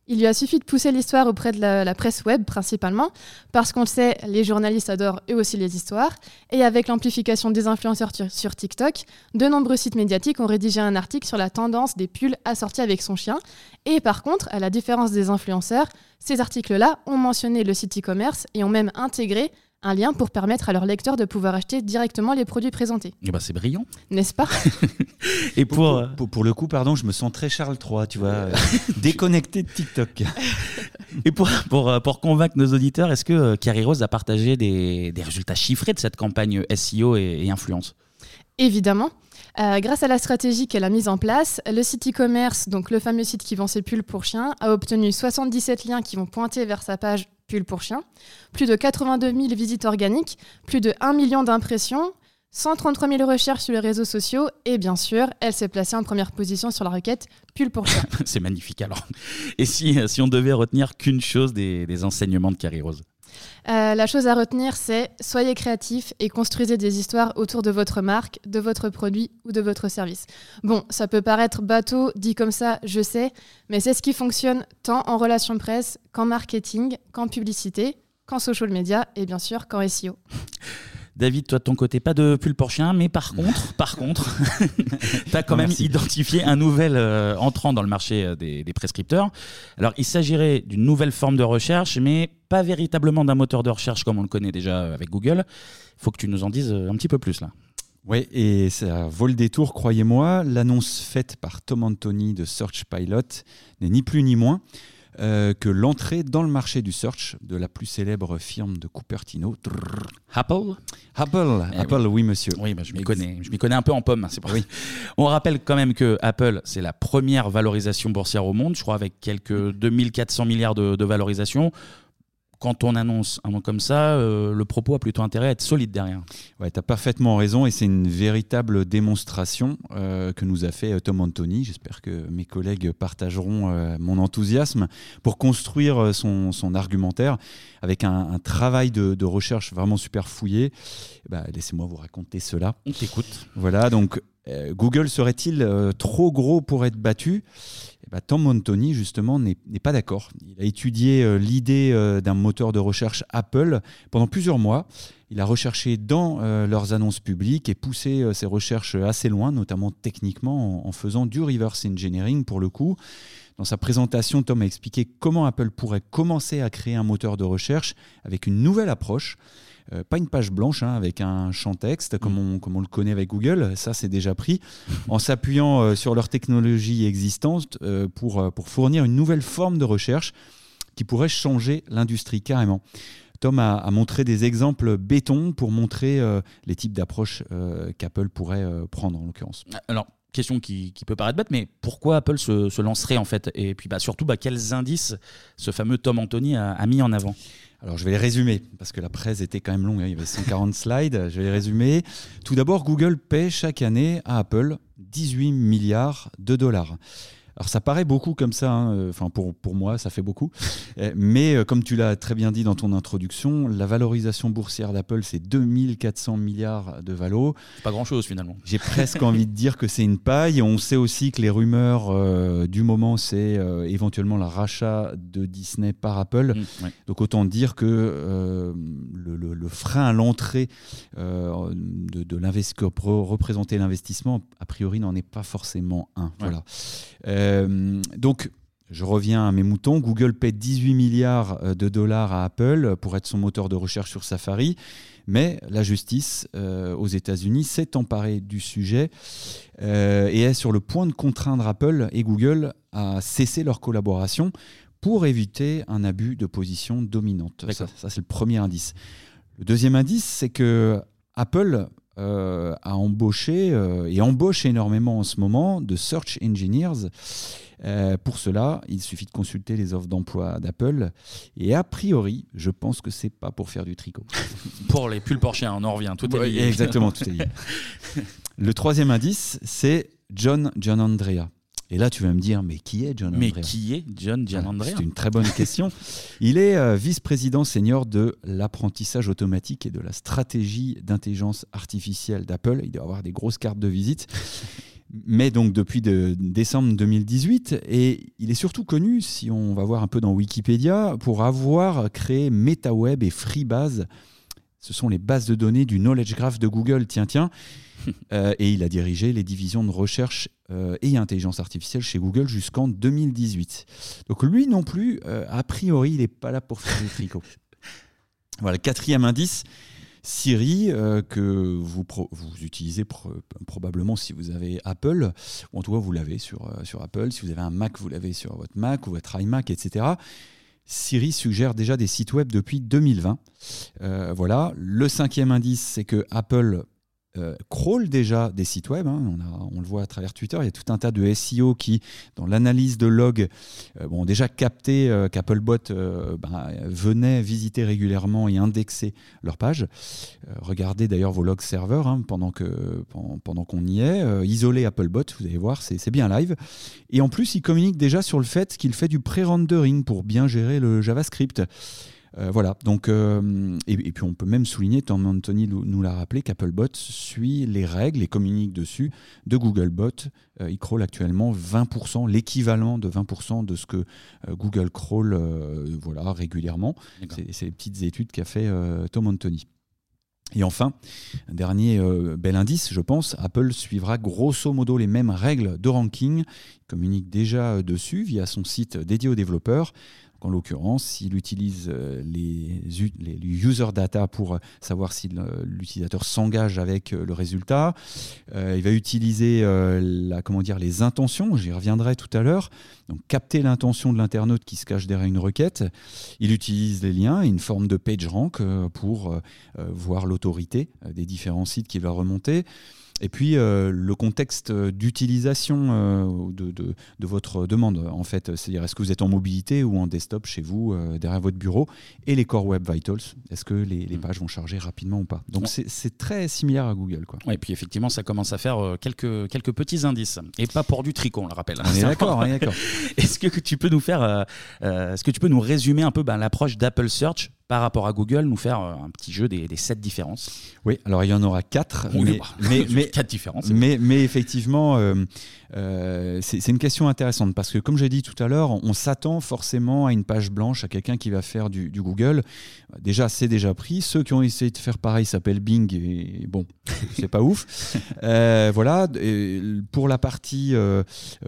Il lui a suffi de pousser l'histoire auprès de la, la presse web principalement, parce qu'on le sait, les journalistes adorent eux aussi les histoires, et avec l'amplification des influenceurs sur, sur TikTok, de nombreux sites médiatiques ont rédigé un article sur la tendance des pulls assortis avec son chien. Et par contre, à la différence des influenceurs, ces articles-là ont mentionné le site e-commerce et ont même intégré un lien pour permettre à leurs lecteurs de pouvoir acheter directement les produits présentés. Et bah c'est brillant. N'est-ce pas? Et pour, pour, pour, pour le coup, pardon, je me sens très Charles trois, tu vois, euh, déconnecté de TikTok. Et pour, pour, pour convaincre nos auditeurs, est-ce que Carrie Rose a partagé des, des résultats chiffrés de cette campagne S E O et, et influence? Évidemment. Euh, grâce à la stratégie qu'elle a mise en place, le site e-commerce, donc le fameux site qui vend ses pulls pour chiens, a obtenu soixante-dix-sept liens qui vont pointer vers sa page pulls pour chiens, plus de quatre-vingt-deux mille visites organiques, plus de un million d'impressions, cent trente-trois mille recherches sur les réseaux sociaux et bien sûr, elle s'est placée en première position sur la requête pulls pour chiens. C'est magnifique alors. Et si, si on devait retenir qu'une chose des, des enseignements de Carrie Rose? Euh, la chose à retenir, c'est soyez créatifs et construisez des histoires autour de votre marque, de votre produit ou de votre service. Bon, ça peut paraître bateau, dit comme ça, je sais, mais c'est ce qui fonctionne tant en relations presse qu'en marketing, qu'en publicité, qu'en social media et bien sûr qu'en S E O. David, toi de ton côté, pas de pull pour chien, mais par contre, par contre, tu as quand même Merci. identifié un nouvel euh, entrant dans le marché euh, des, des prescripteurs. Alors, il s'agirait d'une nouvelle forme de recherche, mais pas véritablement d'un moteur de recherche comme on le connaît déjà avec Google. Il faut que tu nous en dises un petit peu plus là. Oui, et ça vaut le détour, croyez-moi. L'annonce faite par Tom Anthony de Search Pilot n'est ni plus ni moins euh, que l'entrée dans le marché du search de la plus célèbre firme de Cupertino. Apple Apple, Eh Apple, oui, oui monsieur. Oui, bah, je m'y connais, je m'y connais un peu en pomme. C'est pour oui. On rappelle quand même que Apple, c'est la première valorisation boursière au monde, je crois avec quelques deux mille quatre cents milliards de, de valorisation. Quand on annonce un nom comme ça, euh, le propos a plutôt intérêt à être solide derrière. Ouais, tu as parfaitement raison et c'est une véritable démonstration euh, que nous a fait euh, Tom Anthony. J'espère que mes collègues partageront euh, mon enthousiasme pour construire euh, son, son argumentaire avec un, un travail de, de recherche vraiment super fouillé. Bah, laissez-moi vous raconter cela. On t'écoute. Voilà, donc euh, Google serait-il euh, trop gros pour être battu ? Eh ben, Tom Anthony, justement, n'est, n'est pas d'accord. Il a étudié euh, l'idée euh, d'un moteur de recherche Apple pendant plusieurs mois. Il a recherché dans euh, leurs annonces publiques et poussé euh, ses recherches assez loin, notamment techniquement, en, en faisant du reverse engineering pour le coup. Dans sa présentation, Tom a expliqué comment Apple pourrait commencer à créer un moteur de recherche avec une nouvelle approche. Euh, pas une page blanche hein, avec un champ texte comme on, comme on le connaît avec Google, ça c'est déjà pris, en s'appuyant euh, sur leur technologie existante euh, pour, euh, pour fournir une nouvelle forme de recherche qui pourrait changer l'industrie carrément. Tom a, a montré des exemples béton pour montrer euh, les types d'approches euh, qu'Apple pourrait euh, prendre en l'occurrence. Alors, question qui, qui peut paraître bête, mais pourquoi Apple se, se lancerait en fait? Et puis bah, surtout, bah, quels indices ce fameux Tom Anthony a, a mis en avant? Alors, je vais les résumer, parce que la presse était quand même longue, hein, il y avait cent quarante slides, je vais les résumer. Tout d'abord, Google paie chaque année à Apple dix-huit milliards de dollars. Alors ça paraît beaucoup comme ça, hein. Enfin pour, pour moi ça fait beaucoup, mais euh, comme tu l'as très bien dit dans ton introduction, la valorisation boursière d'Apple c'est deux mille quatre cents milliards de valo. C'est pas grand chose finalement. J'ai presque envie de dire que c'est une paille. On sait aussi que les rumeurs euh, du moment c'est euh, éventuellement le rachat de Disney par Apple. Mmh, ouais. Donc autant dire que euh, le, le, le frein à l'entrée euh, de, de l'investissement, pour représenter l'investissement, a priori n'en est pas forcément un. Ouais. Voilà. Euh, Euh, donc, je reviens à mes moutons. Google paie dix-huit milliards de dollars à Apple pour être son moteur de recherche sur Safari. Mais la justice euh, aux États-Unis s'est emparée du sujet euh, et est sur le point de contraindre Apple et Google à cesser leur collaboration pour éviter un abus de position dominante. Ça, ça, c'est le premier indice. Le deuxième indice, c'est que Apple Euh, a embauché euh, et embauche énormément en ce moment de search engineers. Euh, pour cela, il suffit de consulter les offres d'emploi d'Apple. Et a priori, je pense que c'est pas pour faire du tricot. Pour les pulls pour chiens, on en revient. Tout est lié. Exactement, tout est lié. Le troisième indice, c'est John Giannandrea. Et là, tu vas me dire, mais qui est John Andrea ? Mais qui est John Giannandrea ? C'est une très bonne question. Il est euh, vice-président senior de l'apprentissage automatique et de la stratégie d'intelligence artificielle d'Apple. Il doit avoir des grosses cartes de visite. mais donc depuis de, décembre deux mille dix-huit. Et il est surtout connu, si on va voir un peu dans Wikipédia, pour avoir créé MetaWeb et Freebase. Ce sont les bases de données du Knowledge Graph de Google. Tiens, tiens. euh, et il a dirigé les divisions de recherche euh, et intelligence artificielle chez Google jusqu'en deux mille dix-huit. Donc lui non plus, euh, a priori, il n'est pas là pour faire des tricots. Voilà, quatrième indice, Siri, euh, que vous, pro- vous utilisez pro- probablement si vous avez Apple, ou en tout cas vous l'avez sur, euh, sur Apple. Si vous avez un Mac, vous l'avez sur votre Mac ou votre iMac, et cetera. Siri suggère déjà des sites web depuis deux mille vingt. Euh, voilà. Le cinquième indice, c'est que Apple euh, crawl déjà des sites web. Hein. On, a, on le voit à travers Twitter. Il y a tout un tas de S E O qui, dans l'analyse de logs, euh, ont déjà capté euh, qu'Applebot euh, ben, venait visiter régulièrement et indexer leur page. Euh, regardez d'ailleurs vos logs serveurs hein, pendant, que, pendant, pendant qu'on y est. Euh, isolez Applebot, vous allez voir, c'est, c'est bien live. Et en plus, il communique déjà sur le fait qu'il fait du pré-rendering pour bien gérer le JavaScript. Euh, voilà, donc, euh, et, et puis on peut même souligner, Tom Anthony nous, nous l'a rappelé, qu'Applebot suit les règles et communique dessus de Googlebot. Euh, il crawl actuellement vingt pour cent, l'équivalent de vingt pour cent de ce que euh, Google crawl euh, voilà, régulièrement. C'est, c'est les petites études qu'a fait euh, Tom Anthony. Et enfin, un dernier euh, bel indice, je pense, Apple suivra grosso modo les mêmes règles de ranking. Il communique déjà euh, dessus via son site dédié aux développeurs. En l'occurrence, il utilise les, les user data pour savoir si l'utilisateur s'engage avec le résultat. Euh, il va utiliser euh, la, comment dire, les intentions, j'y reviendrai tout à l'heure. Donc, capter l'intention de l'internaute qui se cache derrière une requête. Il utilise les liens et une forme de PageRank euh, pour euh, voir l'autorité des différents sites qu'il va remonter. Et puis, euh, le contexte d'utilisation euh, de, de, de votre demande, en fait. C'est-à-dire, est-ce que vous êtes en mobilité ou en desktop chez vous, euh, derrière votre bureau? Et les Core Web Vitals, est-ce que les, les pages vont charger rapidement ou pas? Donc, c'est, c'est très similaire à Google, quoi. Ouais, et puis, effectivement, ça commence à faire euh, quelques, quelques petits indices. Et pas pour du tricot, on le rappelle. On est d'accord, on est d'accord. Est-ce que tu peux nous faire... Euh, euh, est-ce que tu peux nous résumer un peu ben, l'approche d'Apple Search par rapport à Google, nous faire un petit jeu des, des sept différences? Oui, alors il y en aura quatre. Oui, mais, bah, mais, mais, quatre différences. Mais, mais effectivement, euh, euh, c'est, c'est une question intéressante parce que, comme j'ai dit tout à l'heure, on s'attend forcément à une page blanche, à quelqu'un qui va faire du, du Google. Déjà, c'est déjà pris. Ceux qui ont essayé de faire pareil s'appellent Bing et bon, c'est pas ouf. Euh, voilà. Et pour la partie euh,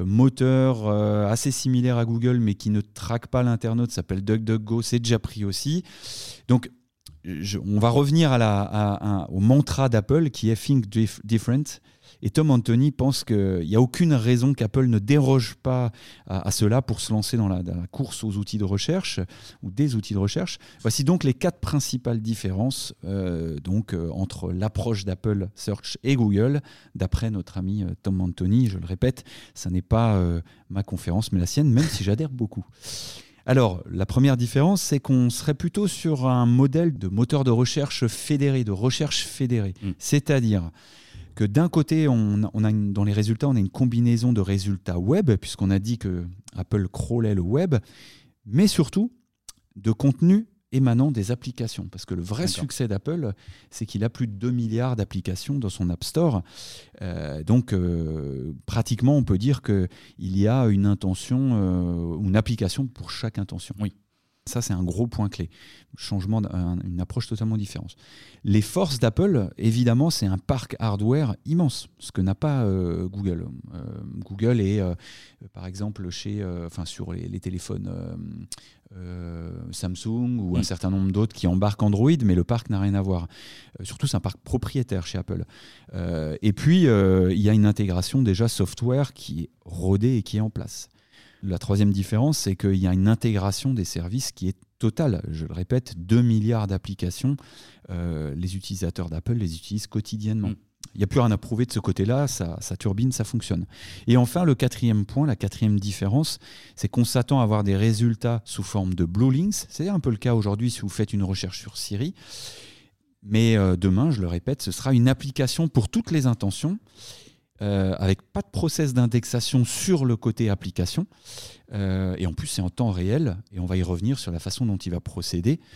moteur euh, assez similaire à Google, mais qui ne traque pas l'internaute, s'appelle DuckDuckGo. C'est déjà pris aussi. Donc, je, on va revenir à la, à, à, au mantra d'Apple qui est Think dif- Different. Et Tom Anthony pense qu'il n'y a aucune raison qu'Apple ne déroge pas à, à cela pour se lancer dans la, dans la course aux outils de recherche ou des outils de recherche. Voici donc les quatre principales différences euh, donc, euh, entre l'approche d'Apple Search et Google, d'après notre ami euh, Tom Anthony. Je le répète, ça n'est pas euh, ma conférence, mais la sienne, même si j'adhère beaucoup. Alors, la première différence, c'est qu'on serait plutôt sur un modèle de moteur de recherche fédéré, de recherche fédérée. Mmh. C'est-à-dire que d'un côté, on, on a une, dans les résultats, on a une combinaison de résultats web, puisqu'on a dit que Apple crawlait le web, mais surtout de contenu émanant des applications. Parce que le vrai D'accord. succès d'Apple, c'est qu'il a plus de deux milliards d'applications dans son App Store. Euh, donc, euh, pratiquement, on peut dire qu'il y a une intention, euh, une application pour chaque intention. Oui. Ça, c'est un gros point clé. Changement, un, une approche totalement différente. Les forces d'Apple, évidemment, c'est un parc hardware immense, ce que n'a pas euh, Google. Euh, Google est, euh, par exemple, chez, euh, enfin, sur les, les téléphones euh, euh, Samsung ou mmh. un certain nombre d'autres qui embarquent Android, mais le parc n'a rien à voir. Euh, surtout, c'est un parc propriétaire chez Apple. Euh, et puis, euh, il y a une intégration déjà software qui est rodée et qui est en place. La troisième différence, c'est qu'il y a une intégration des services qui est totale. Je le répète, deux milliards d'applications, euh, les utilisateurs d'Apple les utilisent quotidiennement. Mmh. Il n'y a plus rien à prouver de ce côté-là, ça, ça turbine, ça fonctionne. Et enfin, le quatrième point, la quatrième différence, c'est qu'on s'attend à avoir des résultats sous forme de blue links. C'est un peu le cas aujourd'hui si vous faites une recherche sur Siri. Mais euh, demain, je le répète, ce sera une application pour toutes les intentions. Euh, avec pas de process d'indexation sur le côté application. Euh, et en plus, c'est en temps réel. Et on va y revenir sur la façon dont il va procéder.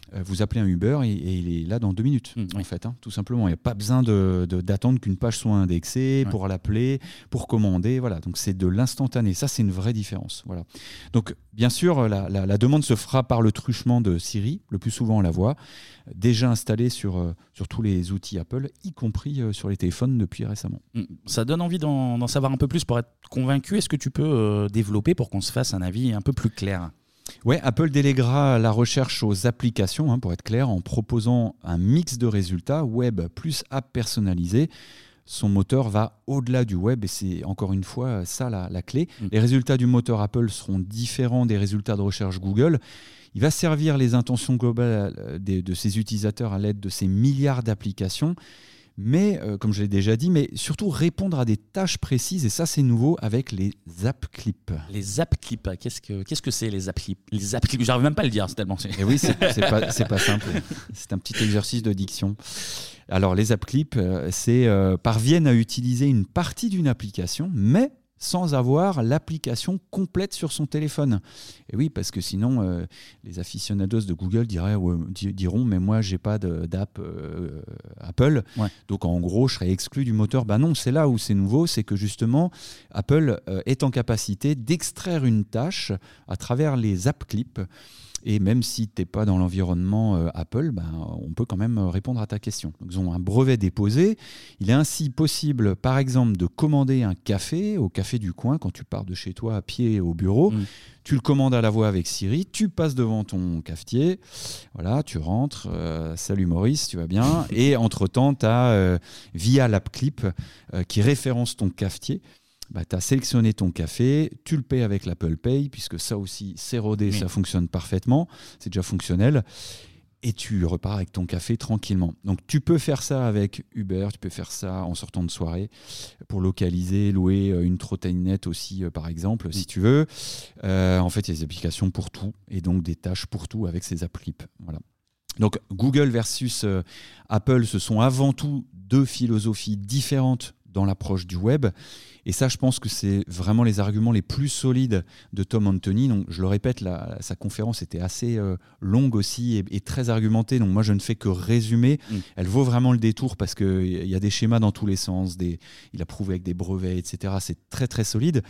euh, vous appelez un Uber et, et il est là dans deux minutes, mmh, en oui. fait, hein, tout simplement. Il n'y a pas besoin de, de, d'attendre qu'une page soit indexée ouais. pour l'appeler, pour commander. Voilà. Donc c'est de l'instantané. Ça, c'est une vraie différence. Voilà. Donc bien sûr, la, la, la demande se fera par le truchement de Siri. Le plus souvent, on la voit déjà installée sur, euh, sur tous les outils Apple, y compris euh, sur les téléphones depuis récemment. Ça donne envie d'en, d'en savoir un peu plus pour être convaincu. Est-ce que tu peux euh, développer pour qu'on se fasse un avis un peu plus clair ? Ouais, Apple déléguera la recherche aux applications, hein, pour être clair, en proposant un mix de résultats, web plus app personnalisée. Son moteur va au-delà du web et c'est encore une fois ça la, la clé. Mmh. Les résultats du moteur Apple seront différents des résultats de recherche Google. Il va servir les intentions globales de, de ses utilisateurs à l'aide de ces milliards d'applications. Mais, euh, comme je l'ai déjà dit, mais surtout répondre à des tâches précises, et ça c'est nouveau avec les app clips. Les app clips, qu'est-ce que, qu'est-ce que c'est les app clips ? Les app clips, j'arrive même pas à le dire, c'est tellement... Et oui, c'est, c'est, pas, c'est pas simple, c'est un petit exercice de diction. Alors les app clips, euh, c'est, euh, parviennent à utiliser une partie d'une application, mais sans avoir l'application complète sur son téléphone. Et oui, parce que sinon, euh, les aficionados de Google diraient, ouais, diront « mais moi, j'ai pas de, d'app euh, Apple, ouais. donc en gros, je serais exclu du moteur ». Ben non, c'est là où c'est nouveau, c'est que justement, Apple euh, est en capacité d'extraire une tâche à travers les app clips. Et même si tu n'es pas dans l'environnement euh, Apple, ben, on peut quand même répondre à ta question. Donc, ils ont un brevet déposé. Il est ainsi possible, par exemple, de commander un café au café du coin quand tu pars de chez toi à pied au bureau. Mmh. Tu le commandes à la voix avec Siri, tu passes devant ton cafetier, voilà, tu rentres, euh, salut Maurice, tu vas bien. Et entre-temps, tu as, euh, via l'app Clip, euh, qui référence ton cafetier, bah, tu as sélectionné ton café, tu le payes avec l'Apple Pay, puisque ça aussi, c'est rodé, oui. ça fonctionne parfaitement, c'est déjà fonctionnel, et tu repars avec ton café tranquillement. Donc tu peux faire ça avec Uber, tu peux faire ça en sortant de soirée, pour localiser, louer une trottinette aussi, par exemple, oui. si tu veux. Euh, en fait, il y a des applications pour tout, et donc des tâches pour tout avec ces app clips. Voilà. Donc Google versus euh, Apple, ce sont avant tout deux philosophies différentes dans l'approche du web. Et ça, je pense que c'est vraiment les arguments les plus solides de Tom Anthony. Donc, je le répète, la, sa conférence était assez euh, longue aussi et, et très argumentée. Donc, moi, je ne fais que résumer. Mmh. Elle vaut vraiment le détour parce qu'il y a des schémas dans tous les sens. Des, il a prouvé avec des brevets, et cetera. C'est très, très solide.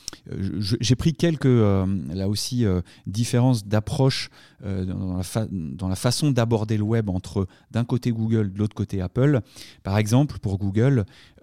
Je, j'ai pris quelques, euh, là aussi, euh, différences d'approche euh, dans, la fa- dans la façon d'aborder le web entre d'un côté Google, de l'autre côté Apple. Par exemple, pour Google,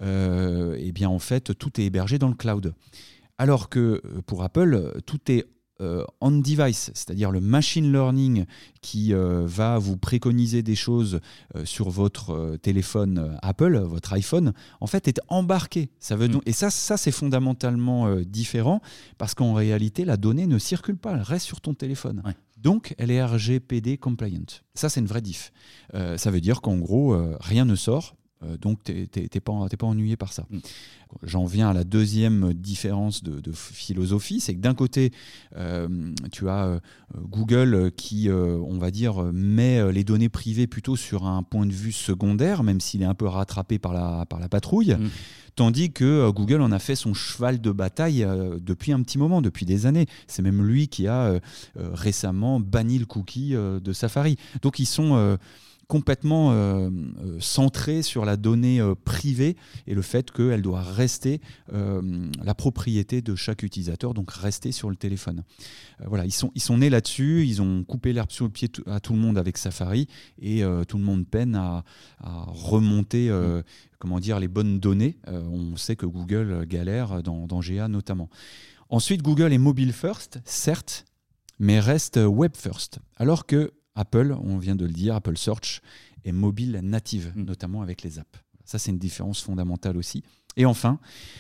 euh, eh bien, en fait, tout est hébergé dans le cloud. Alors que pour Apple, tout est Euh, on-device, c'est-à-dire le machine learning qui euh, va vous préconiser des choses euh, sur votre euh, téléphone euh, Apple, votre iPhone, en fait est embarqué. Ça veut mmh. donc, et ça, ça c'est fondamentalement euh, différent parce qu'en réalité, la donnée ne circule pas, elle reste sur ton téléphone. Ouais. Donc, elle est R G P D compliant. Ça, c'est une vraie diff. Euh, ça veut dire qu'en gros, euh, rien ne sort. Euh, donc, tu n'es pas, t'es pas ennuyé par ça. Mmh. J'en viens à la deuxième différence de, de philosophie, c'est que d'un côté, euh, tu as euh, Google qui, euh, on va dire, met les données privées plutôt sur un point de vue secondaire, même s'il est un peu rattrapé par la, par la patrouille, mmh. tandis que euh, Google en a fait son cheval de bataille euh, depuis un petit moment, depuis des années. C'est même lui qui a euh, euh, récemment banni le cookie euh, de Safari. Donc, ils sont... Euh, complètement euh, euh, centré sur la donnée euh, privée et le fait qu'elle doit rester euh, la propriété de chaque utilisateur, donc rester sur le téléphone. Euh, voilà, ils sont, ils sont nés là-dessus, ils ont coupé l'herbe sous le pied t- à tout le monde avec Safari et euh, tout le monde peine à, à remonter euh, comment dire, les bonnes données. Euh, on sait que Google galère dans, dans G A notamment. Ensuite, Google est mobile first, certes, mais reste web first. Alors que Apple, on vient de le dire, Apple Search est mobile native, mmh. notamment avec les apps. Ça, c'est une différence fondamentale aussi. Et enfin,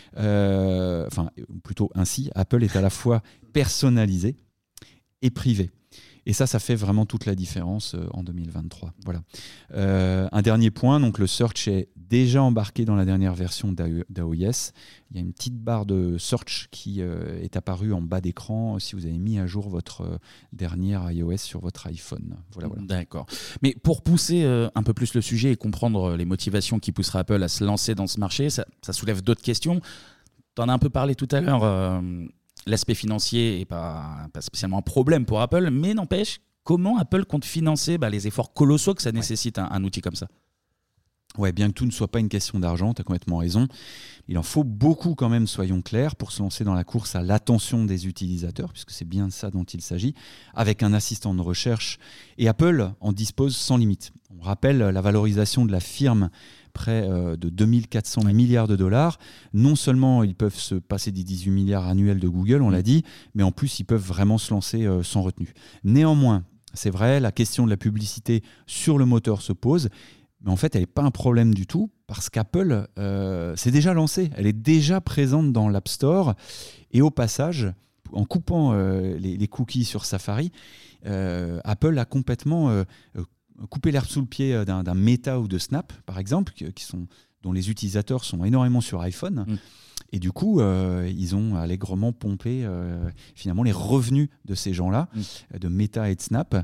euh, enfin, plutôt ainsi, Apple est à la fois personnalisé et privé. Et ça, ça fait vraiment toute la différence euh, en deux mille vingt-trois. Voilà. Euh, un dernier point, donc le Search est déjà embarqué dans la dernière version d'iOS. Il y a une petite barre de Search qui euh, est apparue en bas d'écran si vous avez mis à jour votre euh, dernière iOS sur votre iPhone. Voilà, voilà. D'accord. Mais pour pousser euh, un peu plus le sujet et comprendre les motivations qui pousseraient Apple à se lancer dans ce marché, ça, ça soulève d'autres questions. Tu en as un peu parlé tout à l'heure. Euh, L'aspect financier n'est pas, pas spécialement un problème pour Apple, mais n'empêche Comment Apple compte financer bah, les efforts colossaux que ça nécessite un, un outil comme ça ? Ouais, bien que tout ne soit pas une question d'argent, tu as complètement raison. Il en faut beaucoup quand même, soyons clairs, pour se lancer dans la course à l'attention des utilisateurs, puisque c'est bien de ça dont il s'agit, avec un assistant de recherche. Et Apple en dispose sans limite. On rappelle la valorisation de la firme, près de deux mille quatre cents milliards de dollars. Non seulement ils peuvent se passer des dix-huit milliards annuels de Google, on l'a dit, mais en plus ils peuvent vraiment se lancer sans retenue. Néanmoins, c'est vrai, la question de la publicité sur le moteur se pose. Mais en fait, elle n'est pas un problème du tout parce qu'Apple euh, s'est déjà lancée. Elle est déjà présente dans l'App Store. Et au passage, en coupant euh, les, les cookies sur Safari, euh, Apple a complètement euh, coupé l'herbe sous le pied d'un, d'un Meta ou de Snap, par exemple, qui, qui sont, dont les utilisateurs sont énormément sur iPhone. Mmh. Et du coup, euh, ils ont allègrement pompé euh, finalement les revenus de ces gens-là, mmh. de Meta et de Snap,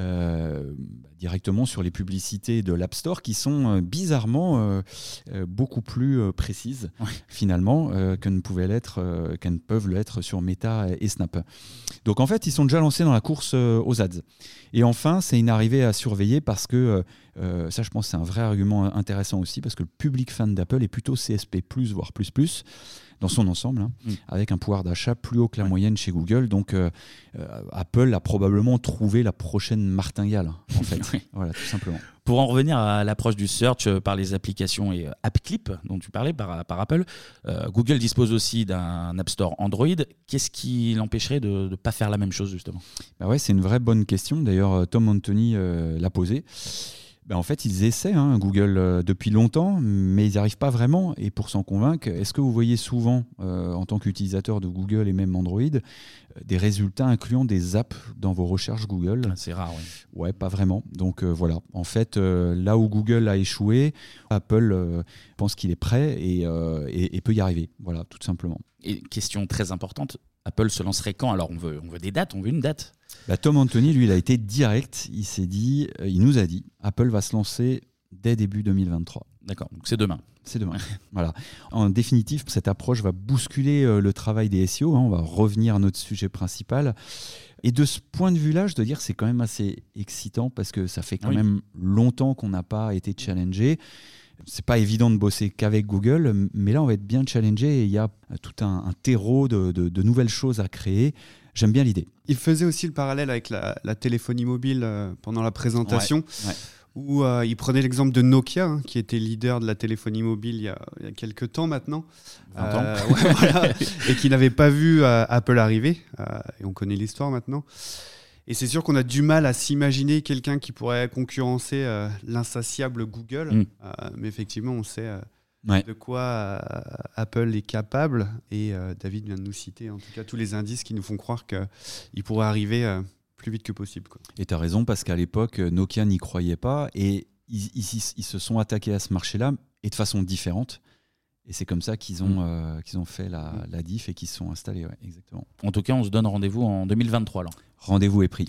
euh, directement sur les publicités de l'App Store qui sont euh, bizarrement euh, euh, beaucoup plus euh, précises ouais. finalement euh, que ne pouvaient l'être, euh, qu'elles ne peuvent l'être sur Meta et Snap. Donc en fait, ils sont déjà lancés dans la course euh, aux ads. Et enfin, c'est une arrivée à surveiller parce que euh, ça, je pense, c'est un vrai argument intéressant aussi parce que le public fan d'Apple est plutôt C S P plus, voire plus plus. Dans son ensemble, hein, mmh. avec un pouvoir d'achat plus haut que la ouais. moyenne chez Google. Donc, euh, euh, Apple a probablement trouvé la prochaine martingale, en fait. oui. Voilà, tout simplement. Pour en revenir à l'approche du search euh, par les applications et euh, AppClip dont tu parlais par, par Apple, euh, Google dispose aussi d'un App Store Android. Qu'est-ce qui l'empêcherait de ne pas faire la même chose, justement ? Bah ouais, c'est une vraie bonne question. D'ailleurs, Tom Anthony euh, l'a posée. Ben en fait, ils essaient, hein, Google, euh, depuis longtemps, mais ils n'y arrivent pas vraiment. Et pour s'en convaincre, est-ce que vous voyez souvent, euh, en tant qu'utilisateur de Google et même Android, euh, des résultats incluant des apps dans vos recherches Google ? C'est rare, oui. Ouais, pas vraiment. Donc euh, voilà, en fait, euh, là où Google a échoué, Apple euh, pense qu'il est prêt et, euh, et, et peut y arriver. Voilà, tout simplement. Et question très importante, Apple se lancerait quand ? Alors, on veut, on veut des dates, on veut une date. Bah, Tom Anthony, lui, il a été direct. Il s'est dit, euh, il nous a dit, Apple va se lancer dès début deux mille vingt-trois. D'accord, donc c'est demain. C'est demain. Voilà. En définitive, cette approche va bousculer euh, le travail des S E O. Hein. On va revenir à notre sujet principal. Et de ce point de vue-là, je dois dire que c'est quand même assez excitant parce que ça fait quand oui. même longtemps qu'on n'a pas été challengé. C'est pas évident de bosser qu'avec Google, mais là, on va être bien challengé et il y a tout un, un terreau de, de, de nouvelles choses à créer. J'aime bien l'idée. Il faisait aussi le parallèle avec la, la téléphonie mobile euh, pendant la présentation, ouais, ouais. où euh, il prenait l'exemple de Nokia, hein, qui était leader de la téléphonie mobile il y a, il y a quelques temps maintenant, vingt ans. Euh, ouais, voilà, et qui n'avait pas vu euh, Apple arriver, euh, et on connaît l'histoire maintenant. Et c'est sûr qu'on a du mal à s'imaginer quelqu'un qui pourrait concurrencer euh, l'insatiable Google, mm. euh, mais effectivement, on sait... Euh, Ouais. de quoi euh, Apple est capable et euh, David vient de nous citer en tout cas tous les indices qui nous font croire qu'il pourrait arriver euh, plus vite que possible, quoi. Et tu as raison parce qu'à l'époque Nokia n'y croyait pas et ils, ils, ils se sont attaqués à ce marché-là et de façon différente et c'est comme ça qu'ils ont, mmh. euh, qu'ils ont fait la, mmh. la diff et qu'ils se sont installés, ouais, exactement. En tout cas on se donne rendez-vous en deux mille vingt-trois alors. Rendez-vous est pris.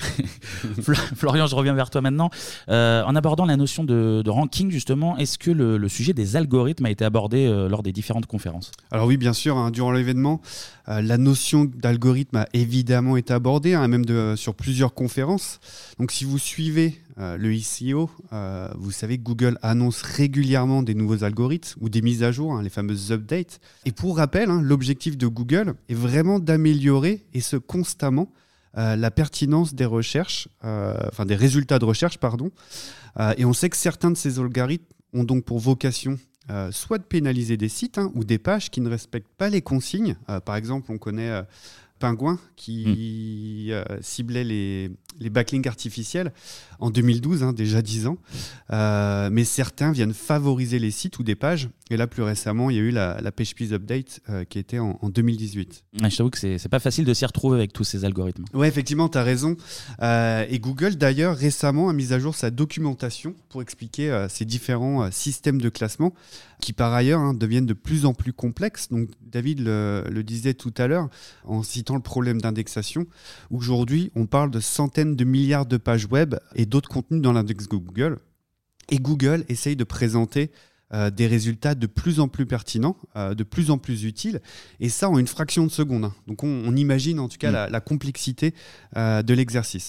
Florian, je reviens vers toi maintenant. Euh, en abordant la notion de, de ranking, justement, est-ce que le, le sujet des algorithmes a été abordé euh, lors des différentes conférences ? Alors oui, bien sûr. Hein, durant l'événement, euh, la notion d'algorithme a évidemment été abordée, hein, même de, sur plusieurs conférences. Donc si vous suivez euh, le I C O, euh, vous savez que Google annonce régulièrement des nouveaux algorithmes ou des mises à jour, hein, les fameuses updates. Et pour rappel, hein, l'objectif de Google est vraiment d'améliorer, et ce constamment, Euh, la pertinence des recherches, euh, enfin des résultats de recherche, pardon. Euh, et on sait que certains de ces algorithmes ont donc pour vocation euh, soit de pénaliser des sites hein, ou des pages qui ne respectent pas les consignes. Euh, par exemple, on connaît euh, Penguin qui mmh. euh, ciblait les, les backlinks artificiels en deux mille douze, hein, déjà dix ans. Euh, mais certains viennent favoriser les sites ou des pages. Et là, plus récemment, il y a eu la, la PageSpeed Update euh, qui était en, en deux mille dix-huit. Ouais, je t'avoue que c'est, c'est pas facile de s'y retrouver avec tous ces algorithmes. Oui, effectivement, tu as raison. Euh, et Google, d'ailleurs, récemment a mis à jour sa documentation pour expliquer euh, ces différents euh, systèmes de classement qui, par ailleurs, hein, deviennent de plus en plus complexes. Donc, David le, le disait tout à l'heure en citant le problème d'indexation. Aujourd'hui, on parle de centaines de milliards de pages web et d'autres contenus dans l'index Google. Et Google essaye de présenter euh, des résultats de plus en plus pertinents, euh, de plus en plus utiles, et ça en une fraction de seconde. Donc on, on imagine en tout cas mmh. la, la complexité euh, de l'exercice.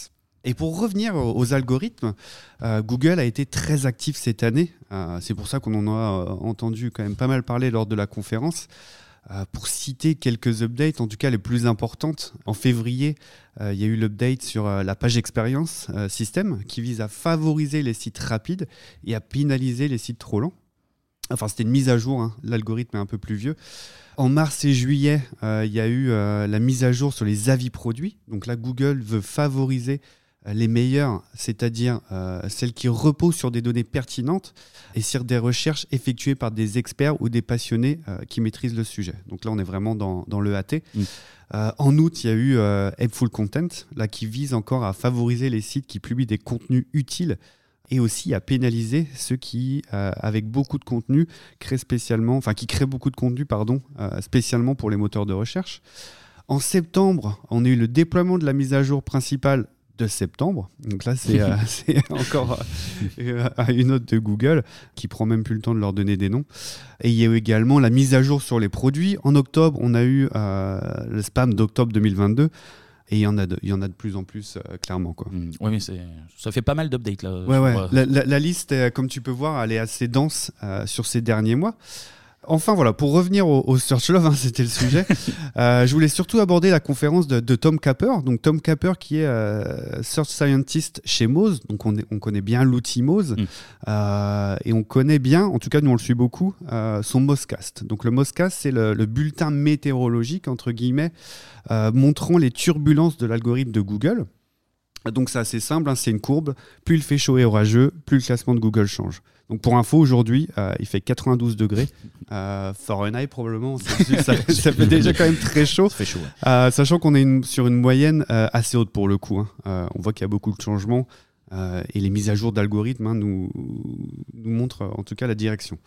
Et pour revenir aux, aux algorithmes, euh, Google a été très actif cette année. Euh, c'est pour ça qu'on en a euh, entendu quand même pas mal parler lors de la conférence. Euh, pour citer quelques updates, en tout cas les plus importantes, en février, euh, il y a eu l'update sur euh, la page expérience euh, système qui vise à favoriser les sites rapides et à pénaliser les sites trop lents. Enfin, c'était une mise à jour, hein. L'algorithme est un peu plus vieux. En mars et juillet, euh, il y a eu euh, la mise à jour sur les avis produits. Donc là, Google veut favoriser euh, les meilleurs, c'est-à-dire euh, celles qui reposent sur des données pertinentes et sur des recherches effectuées par des experts ou des passionnés euh, qui maîtrisent le sujet. Donc là, on est vraiment dans, dans l'E A T. Mmh. Euh, en août, il y a eu euh, Helpful Content, là, qui vise encore à favoriser les sites qui publient des contenus utiles et aussi à pénaliser ceux qui, euh, avec beaucoup de contenu, créent spécialement, enfin qui créent beaucoup de contenu, pardon, euh, spécialement pour les moteurs de recherche. En septembre, on a eu le déploiement de la mise à jour principale de septembre. Donc là, c'est, euh, c'est encore euh, une note de Google qui prend même plus le temps de leur donner des noms. Et il y a eu également la mise à jour sur les produits. En octobre, on a eu euh, le spam d'octobre deux mille vingt-deux. Et il y en a de, il y en a de plus en plus, euh, clairement, quoi. Mmh, oui, mais c'est, ça fait pas mal d'updates, là. Ouais, ouais. Euh... La, la, la liste, euh, comme tu peux voir, elle est assez dense euh, sur ces derniers mois. Enfin, voilà, pour revenir au, au Search Love, hein, c'était le sujet. euh, je voulais surtout aborder la conférence de, de Tom Capper. Donc, Tom Capper, qui est euh, Search Scientist chez Moz. Donc, on, est, on connaît bien l'outil Moz. Mmh. Euh, et on connaît bien, en tout cas, nous, on le suit beaucoup, euh, son Mozcast. Donc, le Mozcast, c'est le, le bulletin météorologique, entre guillemets, euh, montrant les turbulences de l'algorithme de Google. Donc, c'est assez simple, hein, c'est une courbe. Plus il fait chaud et orageux, plus le classement de Google change. Donc pour info, aujourd'hui, euh, il fait quatre-vingt-douze degrés. Euh, Fahrenheit, probablement. Ça, ça, ça fait déjà quand même très chaud. Ça fait chaud, ouais. euh, sachant qu'on est une, sur une moyenne euh, assez haute pour le coup. Hein. Euh, on voit qu'il y a beaucoup de changements. Euh, et les mises à jour d'algorithmes hein, nous, nous montrent en tout cas la direction.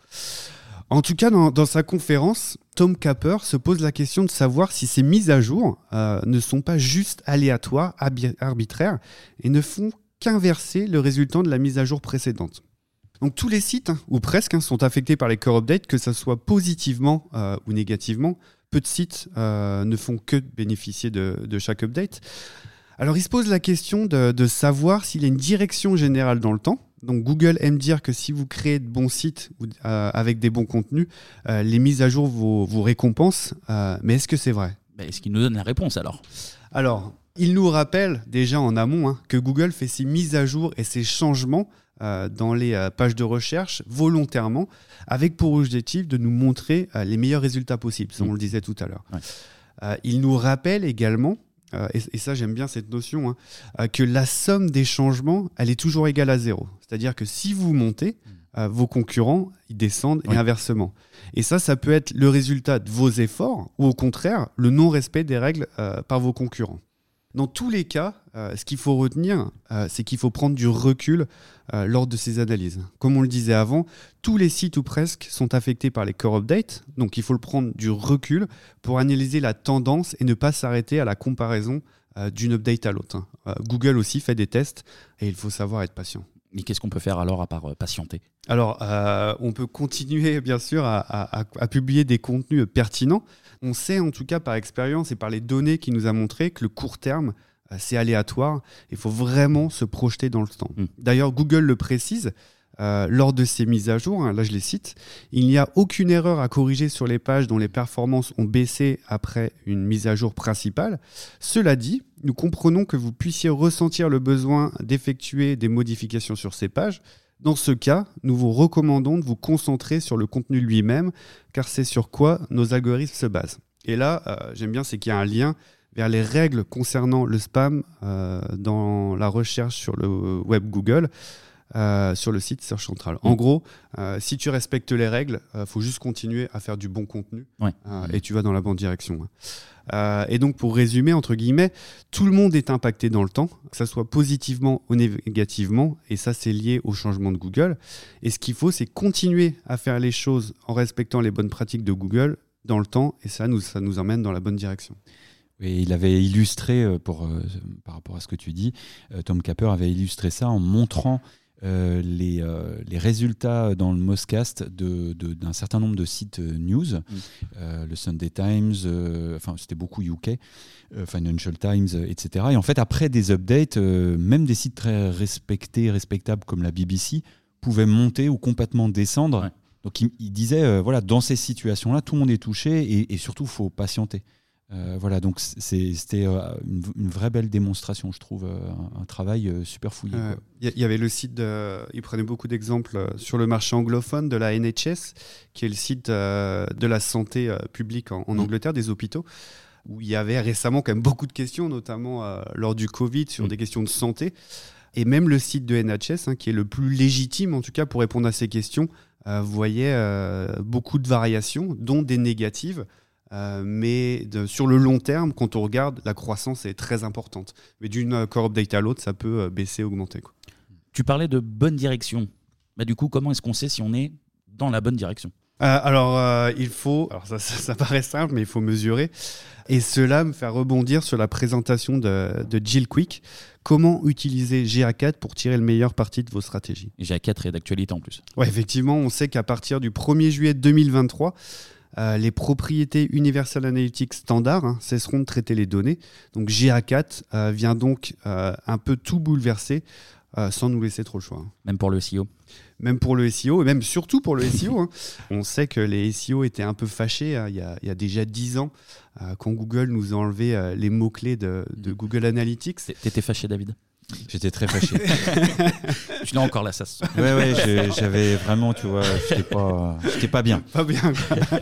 En tout cas, dans, dans sa conférence, Tom Capper se pose la question de savoir si ces mises à jour euh, ne sont pas juste aléatoires, arbitraires, et ne font qu'inverser le résultat de la mise à jour précédente. Donc tous les sites, hein, ou presque, hein, sont affectés par les core updates, que ce soit positivement euh, ou négativement. Peu de sites euh, ne font que bénéficier de, de chaque update. Alors il se pose la question de, de savoir s'il y a une direction générale dans le temps. Donc Google aime dire que si vous créez de bons sites euh, avec des bons contenus, euh, les mises à jour vous, vous récompensent. Euh, mais est-ce que c'est vrai ? Bah, est-ce qu'il nous donne la réponse alors ? Alors, il nous rappelle déjà en amont hein, que Google fait ses mises à jour et ses changements euh, dans les euh, pages de recherche volontairement, avec pour objectif de nous montrer euh, les meilleurs résultats possibles, ça, on le disait tout à l'heure. Ouais. Euh, il nous rappelle également, euh, et, et ça j'aime bien cette notion, hein, euh, que la somme des changements, elle est toujours égale à zéro. C'est-à-dire que si vous montez, euh, vos concurrents, ils descendent et oui. inversement. Et ça, ça peut être le résultat de vos efforts ou au contraire, le non-respect des règles euh, par vos concurrents. Dans tous les cas, euh, ce qu'il faut retenir, euh, c'est qu'il faut prendre du recul euh, lors de ces analyses. Comme on le disait avant, tous les sites ou presque sont affectés par les core updates, donc il faut le prendre du recul pour analyser la tendance et ne pas s'arrêter à la comparaison euh, d'une update à l'autre. Euh, Google aussi fait des tests et il faut savoir être patient. Et qu'est-ce qu'on peut faire alors à part euh, patienter ? Alors, euh, on peut continuer bien sûr à, à, à publier des contenus pertinents. On sait en tout cas par expérience et par les données qui nous a montré que le court terme, euh, c'est aléatoire. Il faut vraiment se projeter dans le temps. Mmh. D'ailleurs, Google le précise euh, lors de ces mises à jour, hein, là je les cite, il n'y a aucune erreur à corriger sur les pages dont les performances ont baissé après une mise à jour principale. Cela dit, nous comprenons que vous puissiez ressentir le besoin d'effectuer des modifications sur ces pages. Dans ce cas, nous vous recommandons de vous concentrer sur le contenu lui-même, car c'est sur quoi nos algorithmes se basent. Et là, euh, j'aime bien, c'est qu'il y a un lien vers les règles concernant le spam euh, dans la recherche sur le web Google, euh, sur le site Search Central. En mmh. gros, euh, si tu respectes les règles, il euh, faut juste continuer à faire du bon contenu ouais. euh, et tu vas dans la bonne direction. Euh, et donc, pour résumer, entre guillemets, tout le monde est impacté dans le temps, que ce soit positivement ou négativement, et ça, c'est lié au changement de Google. Et ce qu'il faut, c'est continuer à faire les choses en respectant les bonnes pratiques de Google dans le temps, et ça nous, ça nous emmène dans la bonne direction. Et il avait illustré, pour, euh, par rapport à ce que tu dis, euh, Tom Capper avait illustré ça en montrant euh, les, euh, les résultats dans le Moscast de, de, d'un certain nombre de sites news, mmh. euh, le Sunday Times, euh, enfin c'était beaucoup U K, euh, Financial Times, et cetera. Et en fait, après des updates, euh, même des sites très respectés, respectables comme la B B C pouvaient monter ou complètement descendre. Ouais. Donc il, il disait, euh, voilà, dans ces situations-là, tout le monde est touché et, et surtout, il faut patienter. Euh, voilà, donc c'est, c'était euh, une, une vraie belle démonstration, je trouve, euh, un, un travail euh, super fouillé. Il euh, y, y avait le site, de, il prenait beaucoup d'exemples sur le marché anglophone de la N H S, qui est le site euh, de la santé euh, publique en, en mmh. Angleterre, des hôpitaux, où il y avait récemment quand même beaucoup de questions, notamment euh, lors du Covid, sur mmh. des questions de santé. Et même le site de N H S, hein, qui est le plus légitime en tout cas pour répondre à ces questions, euh, voyait euh, beaucoup de variations, dont des négatives. Euh, mais de, sur le long terme, quand on regarde, la croissance est très importante. Mais d'une euh, core update à l'autre, ça peut euh, baisser, augmenter, quoi. Tu parlais de bonne direction. Bah, du coup, comment est-ce qu'on sait si on est dans la bonne direction ? euh, Alors, euh, il faut... Alors ça, ça, ça paraît simple, mais il faut mesurer. Et cela me fait rebondir sur la présentation de, de Jill Quick. Comment utiliser G A quatre pour tirer le meilleur parti de vos stratégies ? Et G A quatre est d'actualité en plus. Oui, effectivement, on sait qu'à partir du premier juillet deux mille vingt-trois, Euh, les propriétés Universal Analytics standard hein, cesseront de traiter les données. Donc G A quatre euh, vient donc euh, un peu tout bouleverser euh, sans nous laisser trop le choix. Hein. Même pour le S E O ? Même pour le S E O, et même surtout pour le S E O. Hein. On sait que les S E O étaient un peu fâchés hein, il, y a, il y a déjà dix ans, euh, quand Google nous a enlevé euh, les mots-clés de, de Google Analytics. T'étais fâché, David ? J'étais très fâché. Tu l'as encore là, ça se... Ouais, ouais, je, j'avais vraiment, tu vois, j'étais pas, j'étais pas bien. Pas bien.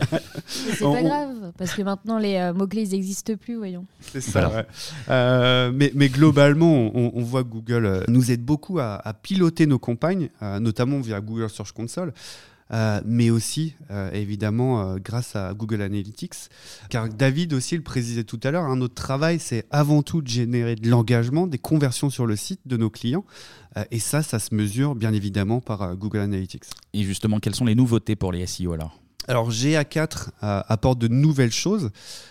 C'est on, pas grave, parce que maintenant les euh, mots-clés ils n'existent plus, voyons. C'est ça. Voilà. Ouais. Euh, mais, mais globalement, on, on voit que Google nous aide beaucoup à, à piloter nos campagnes, euh, notamment via Google Search Console. Euh, mais aussi, euh, évidemment, euh, grâce à Google Analytics. Car David aussi le précisait tout à l'heure, hein, notre travail, c'est avant tout de générer de l'engagement, des conversions sur le site de nos clients. Euh, et ça, ça se mesure bien évidemment par euh, Google Analytics. Et justement, quelles sont les nouveautés pour les S E O alors ? Alors, G A quatre euh, apporte de nouvelles choses.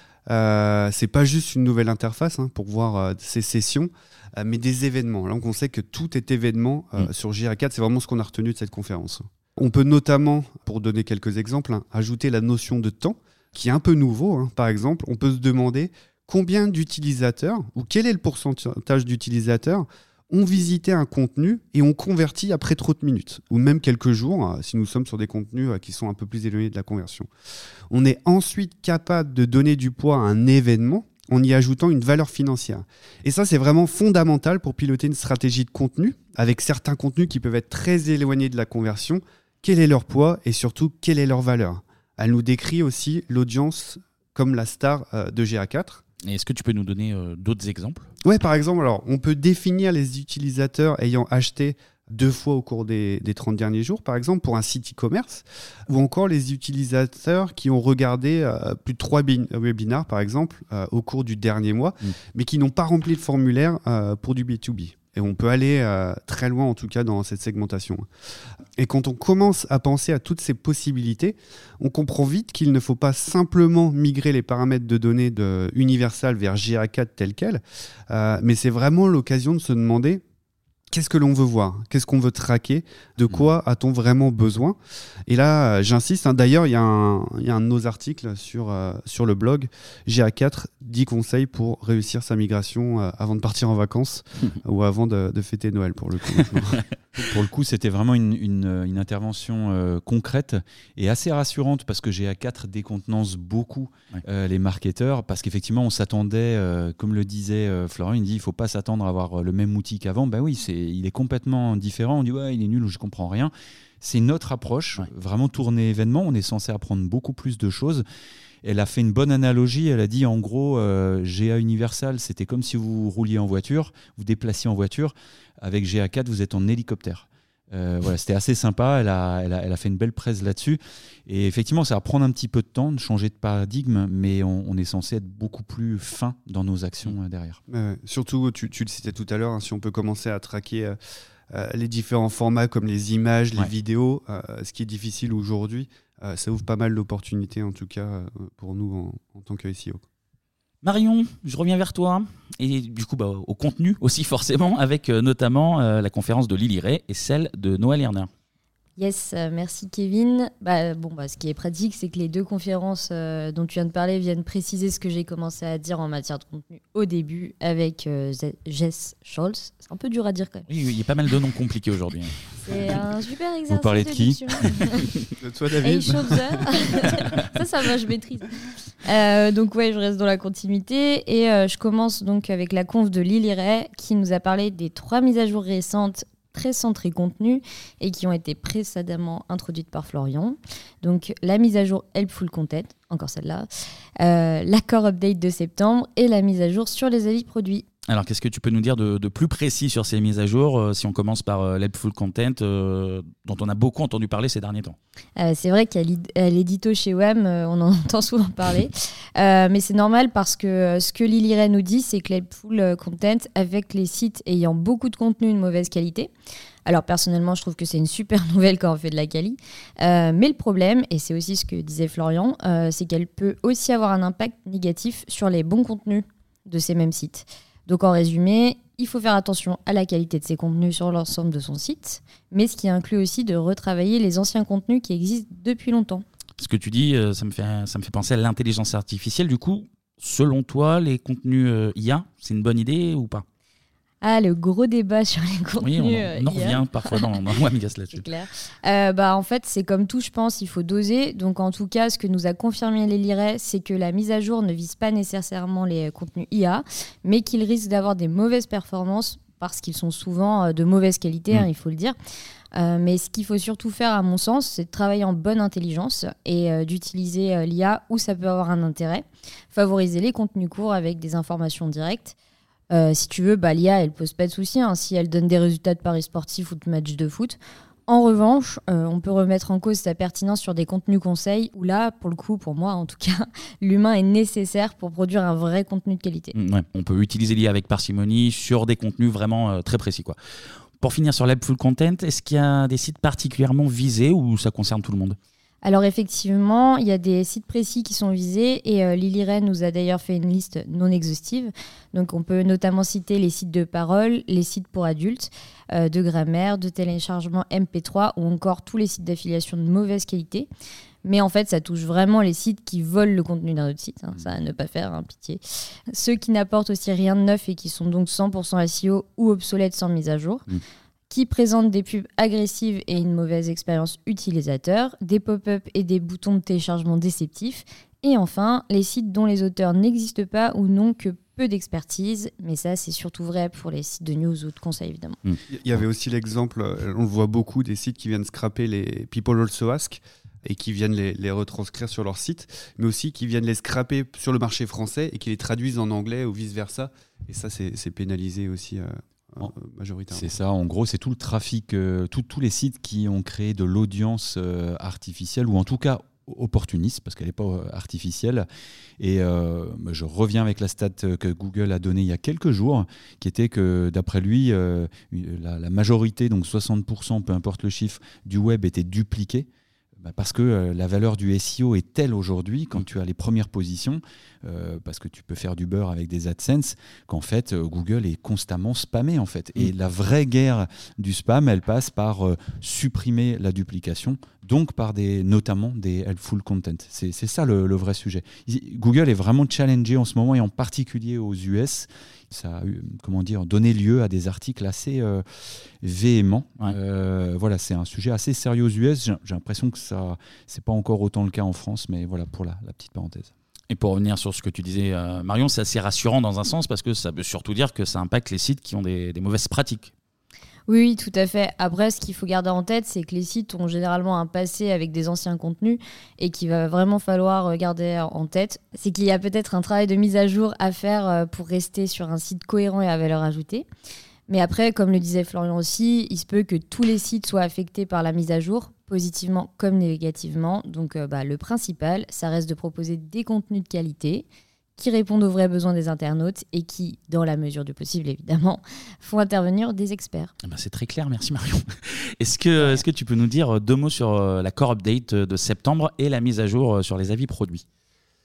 Euh, c'est pas juste une nouvelle interface hein, pour voir euh, ces sessions, euh, mais des événements. Donc, on sait que tout est événement euh, mmh. sur G A quatre. C'est vraiment ce qu'on a retenu de cette conférence. On peut notamment, pour donner quelques exemples, hein, ajouter la notion de temps, qui est un peu nouveau. Hein. Par exemple, on peut se demander combien d'utilisateurs, ou quel est le pourcentage d'utilisateurs, ont visité un contenu et ont converti après trop de minutes, ou même quelques jours, euh, si nous sommes sur des contenus euh, qui sont un peu plus éloignés de la conversion. On est ensuite capable de donner du poids à un événement en y ajoutant une valeur financière. Et ça, c'est vraiment fondamental pour piloter une stratégie de contenu, avec certains contenus qui peuvent être très éloignés de la conversion. Quel est leur poids et surtout, quelle est leur valeur ? Elle nous décrit aussi l'audience comme la star euh, de G A quatre. Et est-ce que tu peux nous donner euh, d'autres exemples ? Oui, par exemple, alors, on peut définir les utilisateurs ayant acheté deux fois au cours des, des trente derniers jours, par exemple, pour un site e-commerce, ou encore les utilisateurs qui ont regardé euh, plus de trois bin- webinars, par exemple, euh, au cours du dernier mois, mmh. mais qui n'ont pas rempli le formulaire euh, pour du B deux B. Et on peut aller euh, très loin, en tout cas, dans cette segmentation. Et quand on commence à penser à toutes ces possibilités, on comprend vite qu'il ne faut pas simplement migrer les paramètres de données de Universal vers G A quatre tel quel, euh, mais c'est vraiment l'occasion de se demander qu'est-ce que l'on veut voir ? Qu'est-ce qu'on veut traquer ? De quoi a-t-on vraiment besoin ? Et là, euh, j'insiste, hein, d'ailleurs, il y, y a un de nos articles sur, euh, sur le blog, G A quatre, dix conseils pour réussir sa migration euh, avant de partir en vacances ou avant de, de fêter Noël, pour le coup. Pour le coup, c'était vraiment une, une, une intervention euh, concrète et assez rassurante parce que G A quatre décontenance beaucoup ouais. euh, les marketeurs parce qu'effectivement, on s'attendait, euh, comme le disait euh, Florent, il dit il ne faut pas s'attendre à avoir le même outil qu'avant. Ben oui, c'est, il est complètement différent. On dit ouais, il est nul ou je ne comprends rien. C'est notre approche, ouais. vraiment tournée événement. On est censé apprendre beaucoup plus de choses. Elle a fait une bonne analogie. Elle a dit en gros, euh, G A Universal, c'était comme si vous rouliez en voiture, vous déplaciez en voiture. Avec G A quatre, vous êtes en hélicoptère. Euh, voilà, c'était assez sympa. Elle a, elle, a, elle a fait une belle presse là-dessus. Et effectivement, ça va prendre un petit peu de temps de changer de paradigme, mais on, on est censé être beaucoup plus fin dans nos actions euh, derrière. Euh, surtout, tu, tu le citais tout à l'heure, hein, si on peut commencer à traquer euh, euh, les différents formats comme les images, les ouais. vidéos, euh, ce qui est difficile aujourd'hui, euh, ça ouvre pas mal d'opportunités, en tout cas, euh, pour nous en, en tant que S E O. Marion, je reviens vers toi. Et du coup, bah, au contenu aussi forcément, avec euh, notamment euh, la conférence de Lily Ray et celle de Noël Lerner. Yes, euh, merci Kevin. Bah, bon, bah, ce qui est pratique, c'est que les deux conférences euh, dont tu viens de parler viennent préciser ce que j'ai commencé à dire en matière de contenu au début avec euh, Jess Scholz. C'est un peu dur à dire quand même. Oui, il y a pas mal de noms compliqués aujourd'hui. C'est un super exercice. Vous parlez de qui? De toi, David. Hey, ça, ça va, je maîtrise. Euh, donc ouais, je reste dans la continuité et euh, je commence donc avec la conf de Lily Ray qui nous a parlé des trois mises à jour récentes très centrées contenu et qui ont été précédemment introduites par Florian. Donc la mise à jour Helpful Content, encore celle-là, euh, l'accord update de septembre et la mise à jour sur les avis produits. Alors, qu'est-ce que tu peux nous dire de, de plus précis sur ces mises à jour, euh, si on commence par euh, l'Helpful Content, euh, dont on a beaucoup entendu parler ces derniers temps? euh, C'est vrai qu'à l'édito chez W A M, euh, on en entend souvent parler. euh, mais c'est normal parce que euh, ce que Lily Ray nous dit, c'est que l'Helpful Content, avec les sites ayant beaucoup de contenu de mauvaise qualité, alors personnellement, je trouve que c'est une super nouvelle quand on fait de la quali. Euh, mais le problème, et c'est aussi ce que disait Florian, euh, c'est qu'elle peut aussi avoir un impact négatif sur les bons contenus de ces mêmes sites. Donc en résumé, il faut faire attention à la qualité de ses contenus sur l'ensemble de son site, mais ce qui inclut aussi de retravailler les anciens contenus qui existent depuis longtemps. Ce que tu dis, euh, ça me fait, ça me fait penser à l'intelligence artificielle. Du coup, selon toi, les contenus euh, I A, c'est une bonne idée ou pas? Ah, le gros débat sur les contenus. Oui, on, on en revient euh, parfois dans, dans Wamcast là-dessus. C'est clair. Euh, bah, en fait, c'est comme tout, je pense, il faut doser. Donc, en tout cas, ce que nous a confirmé Lily Ray, c'est que la mise à jour ne vise pas nécessairement les contenus I A, mais qu'ils risquent d'avoir des mauvaises performances parce qu'ils sont souvent de mauvaise qualité, mmh. hein, il faut le dire. Euh, mais ce qu'il faut surtout faire, à mon sens, c'est de travailler en bonne intelligence et euh, d'utiliser euh, l'I A où ça peut avoir un intérêt. Favoriser les contenus courts avec des informations directes. Euh, si tu veux, bah, l'I A, elle pose pas de soucis hein, si elle donne des résultats de paris sportifs ou de matchs de foot. En revanche, euh, on peut remettre en cause sa pertinence sur des contenus conseils où là, pour le coup, pour moi en tout cas, l'humain est nécessaire pour produire un vrai contenu de qualité. Ouais, on peut utiliser l'I A avec parcimonie sur des contenus vraiment euh, très précis, quoi. Pour finir sur l'Helpful Content, est-ce qu'il y a des sites particulièrement visés ou ça concerne tout le monde ? Alors effectivement, il y a des sites précis qui sont visés et euh, Lily Ray nous a d'ailleurs fait une liste non exhaustive. Donc on peut notamment citer les sites de parole, les sites pour adultes, euh, de grammaire, de téléchargement M P trois ou encore tous les sites d'affiliation de mauvaise qualité. Mais en fait, ça touche vraiment les sites qui volent le contenu d'un autre site. Hein. Ça à ne pas faire, hein, pitié. Ceux qui n'apportent aussi rien de neuf et qui sont donc cent pour cent S E O ou obsolètes sans mise à jour. Mmh. Qui présentent des pubs agressives et une mauvaise expérience utilisateur, des pop-up et des boutons de téléchargement déceptifs, et enfin, les sites dont les auteurs n'existent pas ou n'ont que peu d'expertise, mais ça c'est surtout vrai pour les sites de news ou de conseils évidemment. Il y avait aussi l'exemple, on le voit beaucoup, des sites qui viennent scraper les People Also Ask et qui viennent les, les retranscrire sur leur site, mais aussi qui viennent les scraper sur le marché français et qui les traduisent en anglais ou vice-versa, et ça c'est, c'est pénalisé aussi. Euh majoritairement. C'est ça, en gros, c'est tout le trafic, euh, tout, tous les sites qui ont créé de l'audience euh, artificielle, ou en tout cas opportuniste, parce qu'elle n'est pas euh, artificielle. Et euh, je reviens avec la stat que Google a donnée il y a quelques jours, qui était que d'après lui, euh, la, la majorité, donc soixante pour cent, peu importe le chiffre, du web était dupliqué. Parce que euh, la valeur du S E O est telle aujourd'hui, quand tu as les premières positions, euh, parce que tu peux faire du beurre avec des AdSense, qu'en fait, euh, Google est constamment spammé, en fait. Et mmh. la vraie guerre du spam, elle passe par euh, supprimer la duplication, donc par des, notamment des helpful content. C'est, c'est ça le, le vrai sujet. Google est vraiment challengé en ce moment, et en particulier aux U S. Ça a comment dire, donné lieu à des articles assez euh, véhéments. Ouais. Euh, voilà, c'est un sujet assez sérieux aux U S. J'ai, j'ai l'impression que ça, c'est pas encore autant le cas en France, mais voilà pour la, la petite parenthèse. Et pour revenir sur ce que tu disais, euh, Marion, c'est assez rassurant dans un sens parce que ça veut surtout dire que ça impacte les sites qui ont des, des mauvaises pratiques. Oui, oui, tout à fait. Après, ce qu'il faut garder en tête, c'est que les sites ont généralement un passé avec des anciens contenus et qu'il va vraiment falloir garder en tête. C'est qu'il y a peut-être un travail de mise à jour à faire pour rester sur un site cohérent et à valeur ajoutée. Mais après, comme le disait Florian aussi, il se peut que tous les sites soient affectés par la mise à jour, positivement comme négativement. Donc bah, le principal, ça reste de proposer des contenus de qualité qui répondent aux vrais besoins des internautes et qui, dans la mesure du possible évidemment, font intervenir des experts. Eh ben c'est très clair, merci Marion. Est-ce que, est-ce que tu peux nous dire deux mots sur la core update de septembre et la mise à jour sur les avis produits ?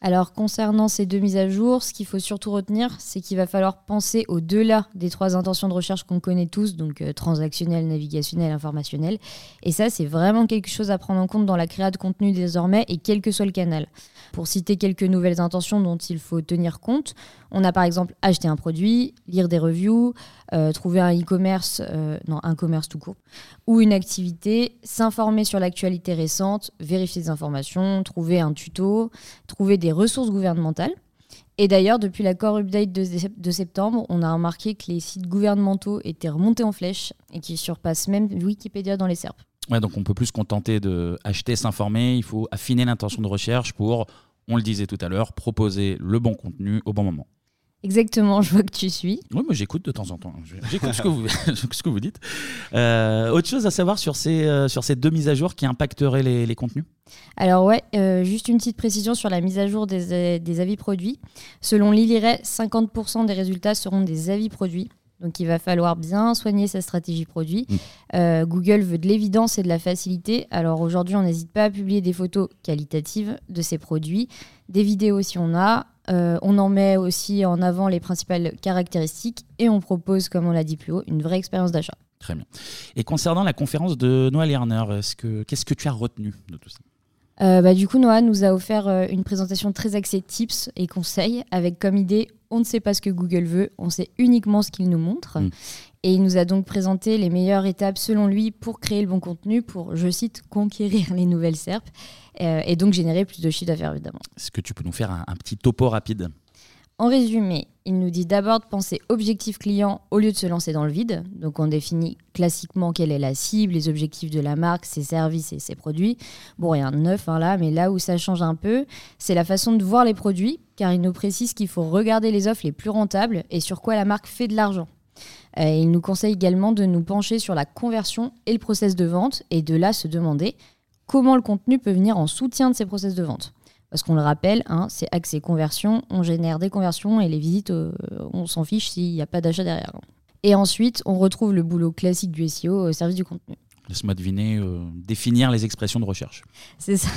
Alors, concernant ces deux mises à jour, ce qu'il faut surtout retenir, c'est qu'il va falloir penser au-delà des trois intentions de recherche qu'on connaît tous, donc euh, transactionnel, navigationnel, informationnel. Et ça, c'est vraiment quelque chose à prendre en compte dans la création de contenu désormais, et quel que soit le canal. Pour citer quelques nouvelles intentions dont il faut tenir compte, on a par exemple acheter un produit, lire des reviews, euh, trouver un e-commerce, euh, non, un commerce tout court, ou une activité, s'informer sur l'actualité récente, vérifier des informations, trouver un tuto, trouver des ressources gouvernementales. Et d'ailleurs, depuis l'accord update de, de septembre, on a remarqué que les sites gouvernementaux étaient remontés en flèche et qu'ils surpassent même Wikipédia dans les S E R P. Ouais, donc on peut plus se contenter d'acheter, s'informer, il faut affiner l'intention de recherche pour, on le disait tout à l'heure, proposer le bon contenu au bon moment. Exactement, je vois que tu suis. Oui, moi j'écoute de temps en temps, j'écoute ce que vous, ce que vous dites. Euh, autre chose à savoir sur ces, euh, sur ces deux mises à jour qui impacteraient les, les contenus ? Alors ouais, euh, juste une petite précision sur la mise à jour des, des avis produits. Selon Liliray, cinquante pour cent des résultats seront des avis produits. Donc il va falloir bien soigner sa stratégie produit. Mmh. Euh, Google veut de l'évidence et de la facilité. Alors aujourd'hui, on n'hésite pas à publier des photos qualitatives de ses produits, des vidéos si on a. Euh, on en met aussi en avant les principales caractéristiques et on propose, comme on l'a dit plus haut, une vraie expérience d'achat. Très bien. Et concernant la conférence de Noah Lerner, est-ce que, qu'est-ce que tu as retenu de tout ça ? Euh, bah, du coup, Noah nous a offert euh, une présentation très axée tips et conseils avec comme idée on ne sait pas ce que Google veut, on sait uniquement ce qu'il nous montre. Mmh. Et il nous a donc présenté les meilleures étapes selon lui pour créer le bon contenu, pour, je cite, conquérir les nouvelles S E R P euh, et donc générer plus de chiffre d'affaires évidemment. Est-ce que tu peux nous faire un, un petit topo rapide ? En résumé, il nous dit d'abord de penser objectif client au lieu de se lancer dans le vide. Donc on définit classiquement quelle est la cible, les objectifs de la marque, ses services et ses produits. Bon, rien de neuf hein, là, mais là où ça change un peu, c'est la façon de voir les produits, car il nous précise qu'il faut regarder les offres les plus rentables et sur quoi la marque fait de l'argent. Euh, il nous conseille également de nous pencher sur la conversion et le process de vente, et de là se demander comment le contenu peut venir en soutien de ces process de vente. Parce qu'on le rappelle, hein, c'est axé conversion, on génère des conversions et les visites, euh, on s'en fiche s'il n'y a pas d'achat derrière. Et ensuite, on retrouve le boulot classique du S E O au service du contenu. Laisse-moi deviner, euh, définir les expressions de recherche. C'est ça.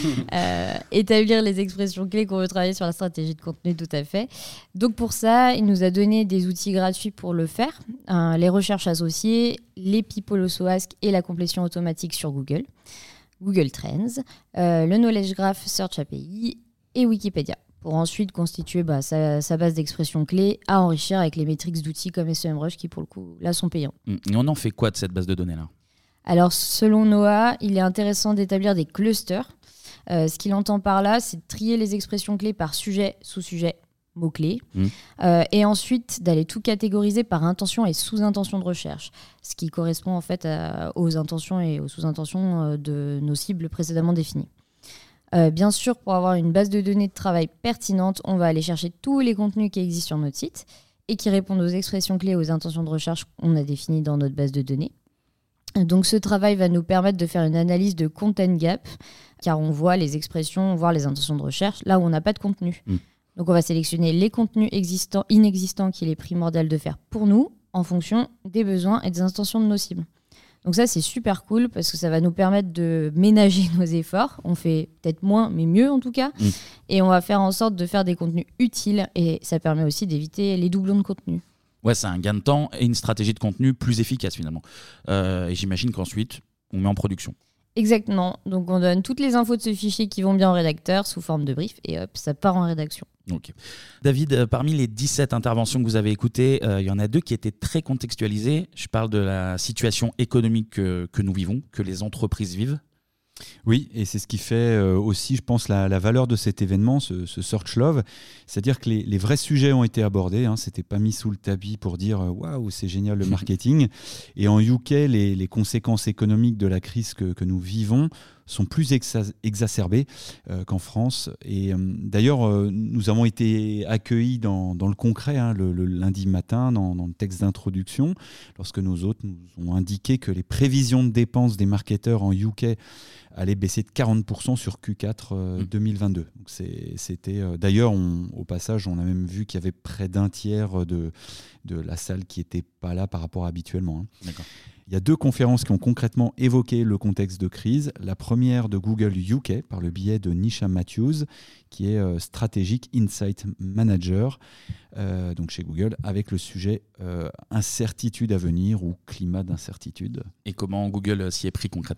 euh, établir les expressions clés qu'on veut travailler sur la stratégie de contenu, tout à fait. Donc pour ça, il nous a donné des outils gratuits pour le faire. Hein, les recherches associées, les People Also Ask et la complétion automatique sur Google. Google Trends, euh, le Knowledge Graph Search A P I et Wikipédia, pour ensuite constituer bah, sa, sa base d'expressions clés à enrichir avec les métriques d'outils comme SEMrush qui, pour le coup, là, sont payants. Et on en fait quoi de cette base de données-là ? Alors, selon Noah, il est intéressant d'établir des clusters. Euh, ce qu'il entend par là, c'est de trier les expressions clés par sujet, sous-sujet, mots-clés, mmh. euh, et ensuite d'aller tout catégoriser par intention et sous-intention de recherche, ce qui correspond en fait à, aux intentions et aux sous-intentions euh, de nos cibles précédemment définies. Euh, bien sûr, pour avoir une base de données de travail pertinente, on va aller chercher tous les contenus qui existent sur notre site et qui répondent aux expressions clés et aux intentions de recherche qu'on a définies dans notre base de données. Donc ce travail va nous permettre de faire une analyse de content gap, car on voit les expressions, on voit les intentions de recherche, là où on n'a pas de contenu. Mmh. Donc on va sélectionner les contenus existants, inexistants qu'il est primordial de faire pour nous, en fonction des besoins et des intentions de nos cibles. Donc ça, c'est super cool, parce que ça va nous permettre de ménager nos efforts. On fait peut-être moins, mais mieux en tout cas. Mmh. Et on va faire en sorte de faire des contenus utiles, et ça permet aussi d'éviter les doublons de contenu. Ouais, c'est un gain de temps et une stratégie de contenu plus efficace finalement. Euh, et j'imagine qu'ensuite, on met en production. Exactement. Donc on donne toutes les infos de ce fichier qui vont bien au rédacteur sous forme de brief et hop, ça part en rédaction. Ok. David, euh, parmi les dix-sept interventions que vous avez écoutées, il euh, y en a deux qui étaient très contextualisées. Je parle de la situation économique que, que nous vivons, que les entreprises vivent. Oui, et c'est ce qui fait euh, aussi, je pense, la, la valeur de cet événement, ce, ce Search Love. C'est-à-dire que les, les vrais sujets ont été abordés. Hein, c'était pas mis sous le tapis pour dire « Waouh, c'est génial le marketing ». Et en U K, les, les conséquences économiques de la crise que, que nous vivons sont plus exa- exacerbées euh, qu'en France. Et euh, d'ailleurs, euh, nous avons été accueillis dans, dans le concret hein, le, le lundi matin, dans, dans le texte d'introduction, lorsque nos hôtes nous ont indiqué que les prévisions de dépenses des marketeurs en U K allaient baisser de quarante pour cent sur Q quatre euh, deux mille vingt-deux. Donc c'est, c'était, euh, d'ailleurs, on, au passage, on a même vu qu'il y avait près d'un tiers de, de la salle qui n'était pas là par rapport à habituellement. Hein. D'accord. Il y a deux conférences qui ont concrètement évoqué le contexte de crise. La première de Google U K par le biais de Nisha Matthews, qui est euh, Strategic Insight Manager euh, donc chez Google, avec le sujet euh, incertitude à venir ou climat d'incertitude. Et comment Google s'y est pris concrètement ?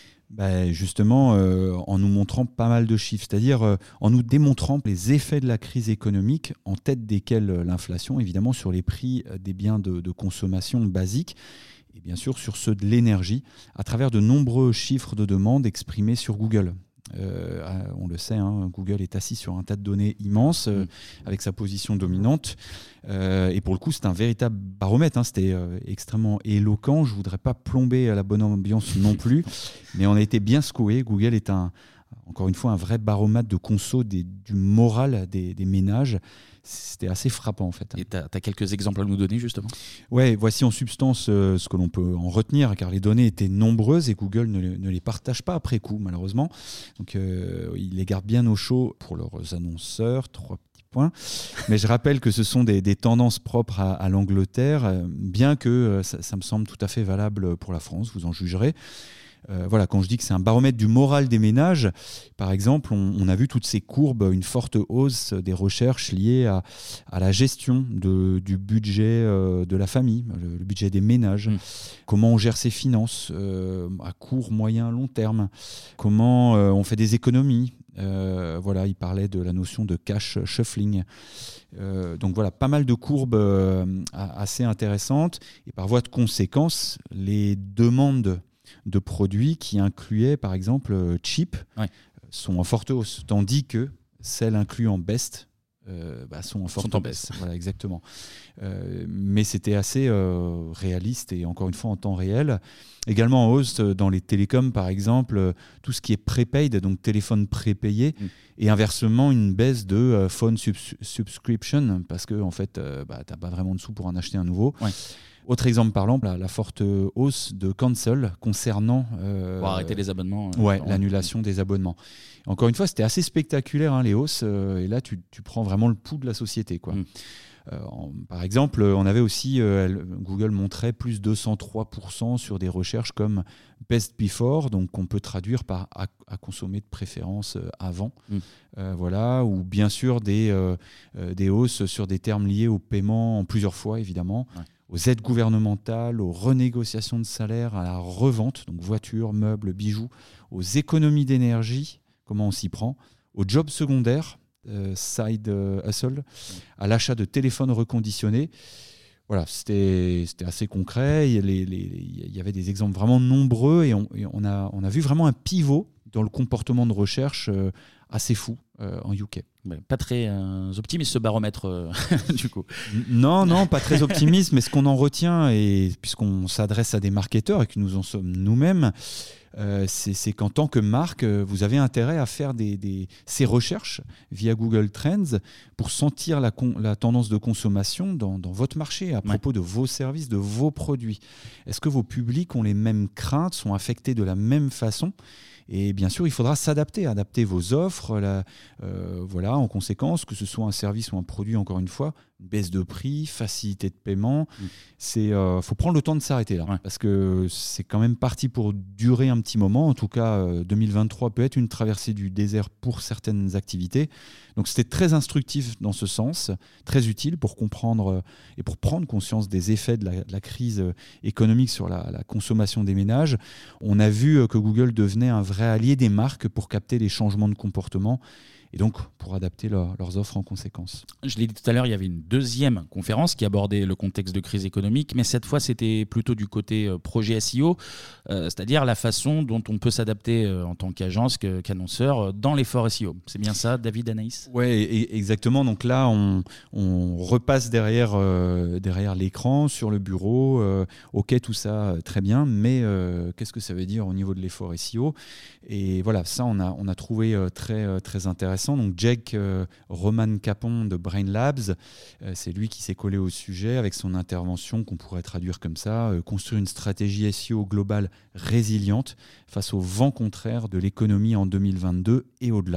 Ben justement, euh, en nous montrant pas mal de chiffres, c'est-à-dire euh, en nous démontrant les effets de la crise économique, en tête desquels euh, l'inflation, évidemment, sur les prix des biens de, de consommation basiques, et bien sûr sur ceux de l'énergie, à travers de nombreux chiffres de demande exprimés sur Google. Euh, on le sait, hein, Google est assis sur un tas de données immense euh, avec sa position dominante. Euh, et pour le coup, c'est un véritable baromètre. Hein, c'était euh, extrêmement éloquent. Je ne voudrais pas plomber à la bonne ambiance non plus, mais on a été bien secoué. Google est un, encore une fois un vrai baromètre de conso des, du moral des, des ménages. C'était assez frappant en fait. Et tu as quelques exemples à nous donner justement ? Ouais, voici en substance euh, ce que l'on peut en retenir, car les données étaient nombreuses et Google ne, ne les partage pas après coup malheureusement. Donc euh, il les garde bien au chaud pour leurs annonceurs. Trois petits points. Mais je rappelle que ce sont des, des tendances propres à, à l'Angleterre, euh, bien que euh, ça, ça me semble tout à fait valable pour la France, vous en jugerez. Euh, voilà, quand je dis que c'est un baromètre du moral des ménages, par exemple, on, on a vu toutes ces courbes, une forte hausse des recherches liées à, à la gestion de, du budget euh, de la famille, le, le budget des ménages, mmh. comment on gère ses finances euh, à court, moyen, long terme, comment euh, on fait des économies. Euh, voilà, il parlait de la notion de cash shuffling. Euh, donc voilà, pas mal de courbes euh, assez intéressantes. Et par voie de conséquence, les demandes de produits qui incluaient par exemple cheap ouais. sont en forte hausse, tandis que celles incluses en best euh, bah, sont en forte sont en baisse. baisse. Voilà, exactement. Euh, mais c'était assez euh, réaliste et encore une fois en temps réel. Également en hausse dans les télécoms, par exemple, tout ce qui est prepaid, donc téléphone prépayé, mm. et inversement une baisse de euh, phone subs- subscription parce que en fait, euh, bah, t'as pas vraiment de sous pour en acheter un nouveau. Ouais. Autre exemple parlant, la, la forte hausse de cancel concernant euh, pour arrêter les abonnements. Euh, ouais, l'annulation des abonnements. Encore une fois, c'était assez spectaculaire hein, les hausses. Euh, et là, tu, tu prends vraiment le pouls de la société, quoi. Mm. Euh, en, par exemple, on avait aussi euh, Google montrait plus deux cent trois pour cent sur des recherches comme best before, donc qu'on peut traduire par à, à consommer de préférence euh, avant. Mm. Euh, voilà, ou bien sûr des euh, euh, des hausses sur des termes liés au paiement en plusieurs fois, évidemment. Ouais. Aux aides gouvernementales, aux renégociations de salaire, à la revente, donc voitures, meubles, bijoux, aux économies d'énergie, comment on s'y prend, aux jobs secondaires, euh, side hustle, à l'achat de téléphones reconditionnés. Voilà, c'était, c'était assez concret. Il y, les, les, il y avait des exemples vraiment nombreux et on, et on, a, on a vu vraiment un pivot dans le comportement de recherche euh, assez fou euh, en U K. Pas très euh, optimiste ce baromètre euh, du coup. Non, non, pas très optimiste, mais ce qu'on en retient, et puisqu'on s'adresse à des marketeurs et que nous en sommes nous-mêmes, euh, c'est, c'est qu'en tant que marque, vous avez intérêt à faire des, des, ces recherches via Google Trends pour sentir la, con, la tendance de consommation dans, dans votre marché à propos ouais. de vos services, de vos produits. Est-ce que vos publics ont les mêmes craintes, sont affectés de la même façon ? Et bien sûr, il faudra s'adapter, adapter vos offres, la, euh, voilà, en conséquence, que ce soit un service ou un produit, encore une fois, une baisse de prix, facilité de paiement. Il mmh. euh, faut prendre le temps de s'arrêter là, ouais. parce que c'est quand même parti pour durer un petit moment. En tout cas, euh, deux mille vingt-trois peut être une traversée du désert pour certaines activités. Donc c'était très instructif dans ce sens, très utile pour comprendre euh, et pour prendre conscience des effets de la, de la crise économique sur la, la consommation des ménages. On a vu que Google devenait un vrai allié des marques pour capter les changements de comportement et donc pour adapter leur, leurs offres en conséquence. Je l'ai dit tout à l'heure, il y avait une deuxième conférence qui abordait le contexte de crise économique, mais cette fois c'était plutôt du côté euh, projet S E O, euh, c'est-à-dire la façon dont on peut s'adapter euh, en tant qu'agence, que, qu'annonceur euh, dans l'effort S E O. C'est bien ça, David, Anaïs ? Oui, exactement. Donc là, on, on repasse derrière, euh, derrière l'écran, sur le bureau. Euh, ok, tout ça, très bien, mais euh, qu'est-ce que ça veut dire au niveau de l'effort S E O ? Et voilà, ça, on a, on a trouvé euh, très, très intéressant. Donc Jake euh, Roman Capon de Brain Labs, euh, c'est lui qui s'est collé au sujet avec son intervention qu'on pourrait traduire comme ça, euh, construire une stratégie S E O globale résiliente face au vent contraire de l'économie en deux mille vingt-deux et au-delà.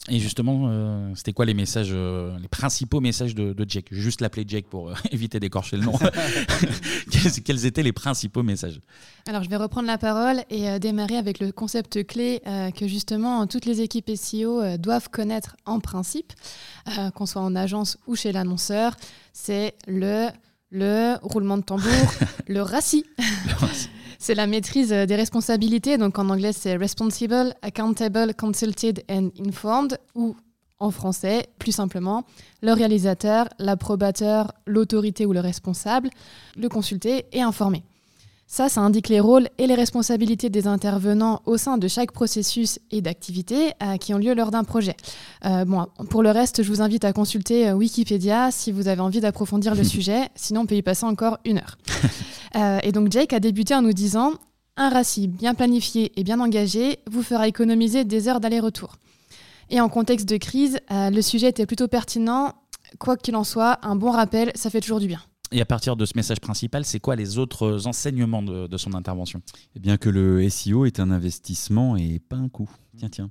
Et justement, euh, c'était quoi les messages, euh, les principaux messages de, de Jake ? Je vais juste l'appeler Jake pour euh, éviter d'écorcher le nom. quels, quels étaient les principaux messages ? Alors, je vais reprendre la parole et euh, démarrer avec le concept clé euh, que justement toutes les équipes S E O euh, doivent connaître en principe, euh, qu'on soit en agence ou chez l'annonceur. C'est le, le roulement de tambour, le R A C I. C'est la maîtrise des responsabilités, donc en anglais c'est responsible, accountable, consulted and informed, ou en français, plus simplement, le réalisateur, l'approbateur, l'autorité ou le responsable, le consulté et informé. Ça, ça indique les rôles et les responsabilités des intervenants au sein de chaque processus et d'activité euh, qui ont lieu lors d'un projet. Euh, bon, pour le reste, je vous invite à consulter euh, Wikipédia si vous avez envie d'approfondir le sujet, sinon on peut y passer encore une heure. Euh, et donc Jake a débuté en nous disant « Un R A C I bien planifié et bien engagé vous fera économiser des heures d'aller-retour ». Et en contexte de crise, euh, le sujet était plutôt pertinent. Quoi qu'il en soit, un bon rappel, ça fait toujours du bien. Et à partir de ce message principal, c'est quoi les autres enseignements de, de son intervention ? Eh bien que le S E O est un investissement et pas un coût. Tiens, tiens.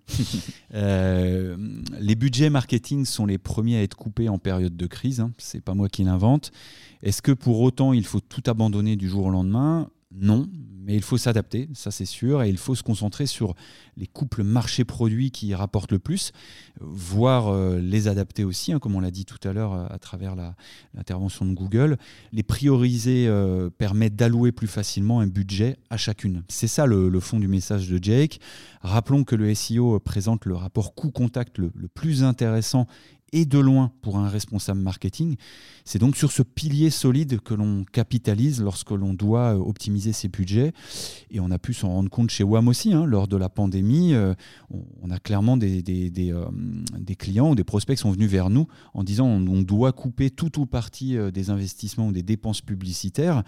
euh, les budgets marketing sont les premiers à être coupés en période de crise. Hein. C'est pas moi qui l'invente. Est-ce que pour autant il faut tout abandonner du jour au lendemain ? Non, mais il faut s'adapter, ça c'est sûr, et il faut se concentrer sur les couples marché-produit qui rapportent le plus, voire euh, les adapter aussi, hein, comme on l'a dit tout à l'heure à travers la, l'intervention de Google. Les prioriser euh, permet d'allouer plus facilement un budget à chacune. C'est ça le, le fond du message de Jake. Rappelons que le S E O présente le rapport coût-contact le, le plus intéressant et de loin pour un responsable marketing. C'est donc sur ce pilier solide que l'on capitalise lorsque l'on doit optimiser ses budgets. Et on a pu s'en rendre compte chez W A M aussi. Hein, lors de la pandémie, euh, on a clairement des, des, des, euh, des clients ou des prospects qui sont venus vers nous en disant on, on doit couper tout ou partie euh, des investissements ou des dépenses publicitaires.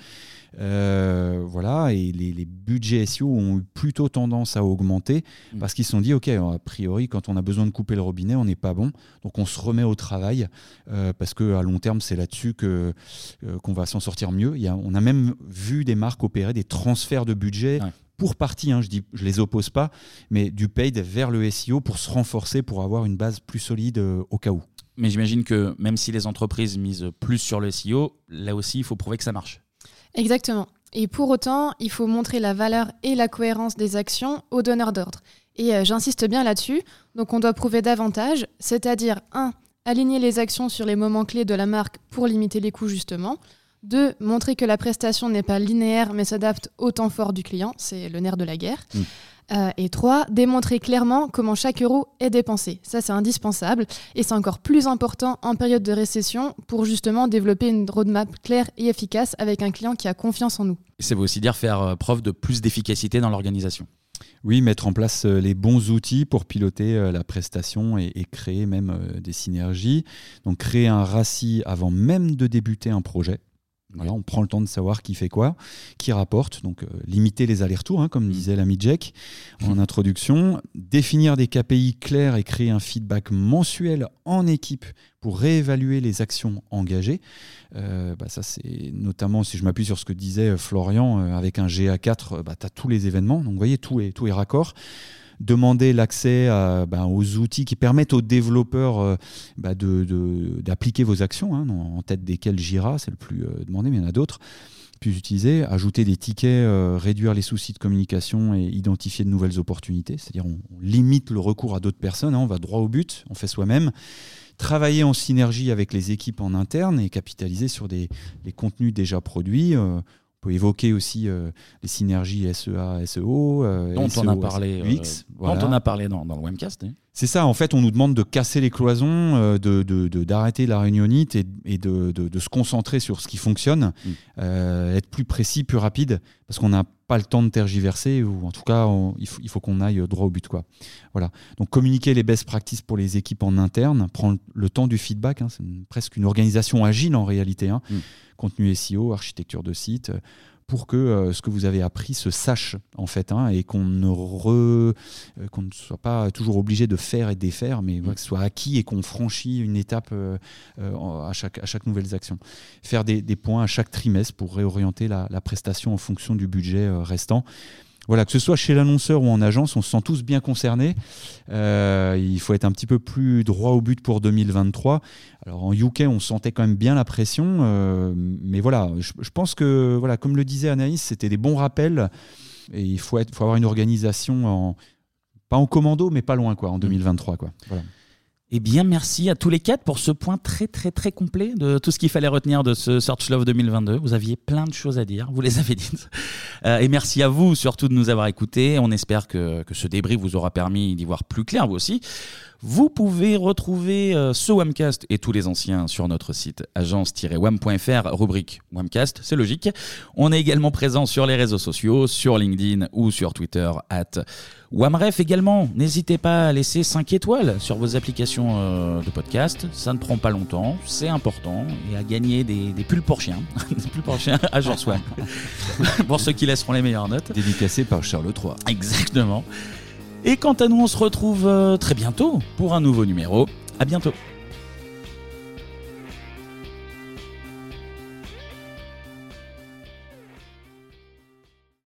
Euh, voilà, et les, les budgets S E O ont eu plutôt tendance à augmenter mmh. parce qu'ils se sont dit, OK, a priori, quand on a besoin de couper le robinet, on n'est pas bon. Donc on se remet au travail euh, parce qu'à long terme, c'est là-dessus que, euh, qu'on va s'en sortir mieux. Il y a, on a même vu des marques opérer des transferts de budget ouais. pour partie, hein, je dis, je les oppose pas, mais du paid vers le S E O pour se renforcer, pour avoir une base plus solide euh, au cas où. Mais j'imagine que même si les entreprises misent plus sur le S E O, là aussi, il faut prouver que ça marche. Exactement. Et pour autant, il faut montrer la valeur et la cohérence des actions aux donneurs d'ordre. Et euh, j'insiste bien là-dessus. Donc on doit prouver davantage, c'est-à-dire un, aligner les actions sur les moments clés de la marque pour limiter les coûts justement. deux, montrer que la prestation n'est pas linéaire mais s'adapte au temps fort du client, c'est le nerf de la guerre. Mmh. Euh, et trois, démontrer clairement comment chaque euro est dépensé. Ça, c'est indispensable et c'est encore plus important en période de récession pour justement développer une roadmap claire et efficace avec un client qui a confiance en nous. Et ça veut aussi dire faire preuve de plus d'efficacité dans l'organisation. Oui, mettre en place les bons outils pour piloter la prestation et, et créer même des synergies. Donc créer un R A C I avant même de débuter un projet. Voilà, on prend le temps de savoir qui fait quoi, qui rapporte, donc euh, limiter les allers-retours, hein, comme disait l'ami Jack en introduction, définir des K P I clairs et créer un feedback mensuel en équipe pour réévaluer les actions engagées. Euh, bah ça, c'est notamment, si je m'appuie sur ce que disait Florian, euh, avec un G A quatre, bah, tu as tous les événements, donc vous voyez, tout est, tout est raccord. Demander l'accès à, bah, aux outils qui permettent aux développeurs euh, bah, de, de, d'appliquer vos actions, hein, en tête desquels Jira, c'est le plus euh, demandé, mais il y en a d'autres, puis utiliser, ajouter des tickets, euh, réduire les soucis de communication et identifier de nouvelles opportunités, c'est-à-dire on, on limite le recours à d'autres personnes, hein, on va droit au but, on fait soi-même. Travailler en synergie avec les équipes en interne et capitaliser sur des, les contenus déjà produits. Euh, On peut évoquer aussi euh, les synergies S E A, S E O, euh, dont S E O, on a parlé, U X, euh, voilà. dont on a parlé dans, dans le Webcast. Hein. C'est ça, en fait, on nous demande de casser les cloisons, euh, de, de, de, d'arrêter la réunionnite et, et de, de, de se concentrer sur ce qui fonctionne, mm. euh, être plus précis, plus rapide, parce qu'on n'a pas le temps de tergiverser, ou en tout cas, on, il, faut, il faut qu'on aille droit au but, quoi. Voilà. Donc, communiquer les best practices pour les équipes en interne, prendre le temps du feedback, hein, c'est une, presque une organisation agile en réalité, hein. mm. Contenu S E O, architecture de site, pour que euh, ce que vous avez appris se sache en fait, hein, et qu'on ne, re, euh, qu'on ne soit pas toujours obligé de faire et défaire, mais mmh. ouais, que ce soit acquis et qu'on franchit une étape euh, euh, à, chaque, à chaque nouvelle action. Faire des, des points à chaque trimestre pour réorienter la, la prestation en fonction du budget euh, restant. voilà, que ce soit chez l'annonceur ou en agence, on se sent tous bien concernés. Euh, il faut être un petit peu plus droit au but pour deux mille vingt-trois. Alors en U K, on sentait quand même bien la pression, euh, mais voilà, je, je pense que, voilà, comme le disait Anaïs, c'était des bons rappels. Et il faut, être, faut avoir une organisation, en, pas en commando, mais pas loin, quoi, en deux mille vingt-trois. Quoi. Voilà. Eh bien, merci à tous les quatre pour ce point très, très, très complet de tout ce qu'il fallait retenir de ce Search Love deux mille vingt-deux. Vous aviez plein de choses à dire, vous les avez dites. Euh, et merci à vous, surtout, de nous avoir écoutés. On espère que, que ce débrief vous aura permis d'y voir plus clair, vous aussi. Vous pouvez retrouver euh, ce Wamcast et tous les anciens sur notre site agence tiret wam point f r, rubrique Wamcast, c'est logique. On est également présent sur les réseaux sociaux, sur LinkedIn ou sur Twitter, at Wamref également. N'hésitez pas à laisser cinq étoiles sur vos applications euh, de podcast, ça ne prend pas longtemps, c'est important, et à gagner des, des pulls pour chiens, des pulls pour chiens Agence Wam, pour ceux qui laisseront les meilleures notes. Dédicacé par Charles trois. Exactement. Et quant à nous, on se retrouve euh, très bientôt pour un nouveau numéro. À bientôt.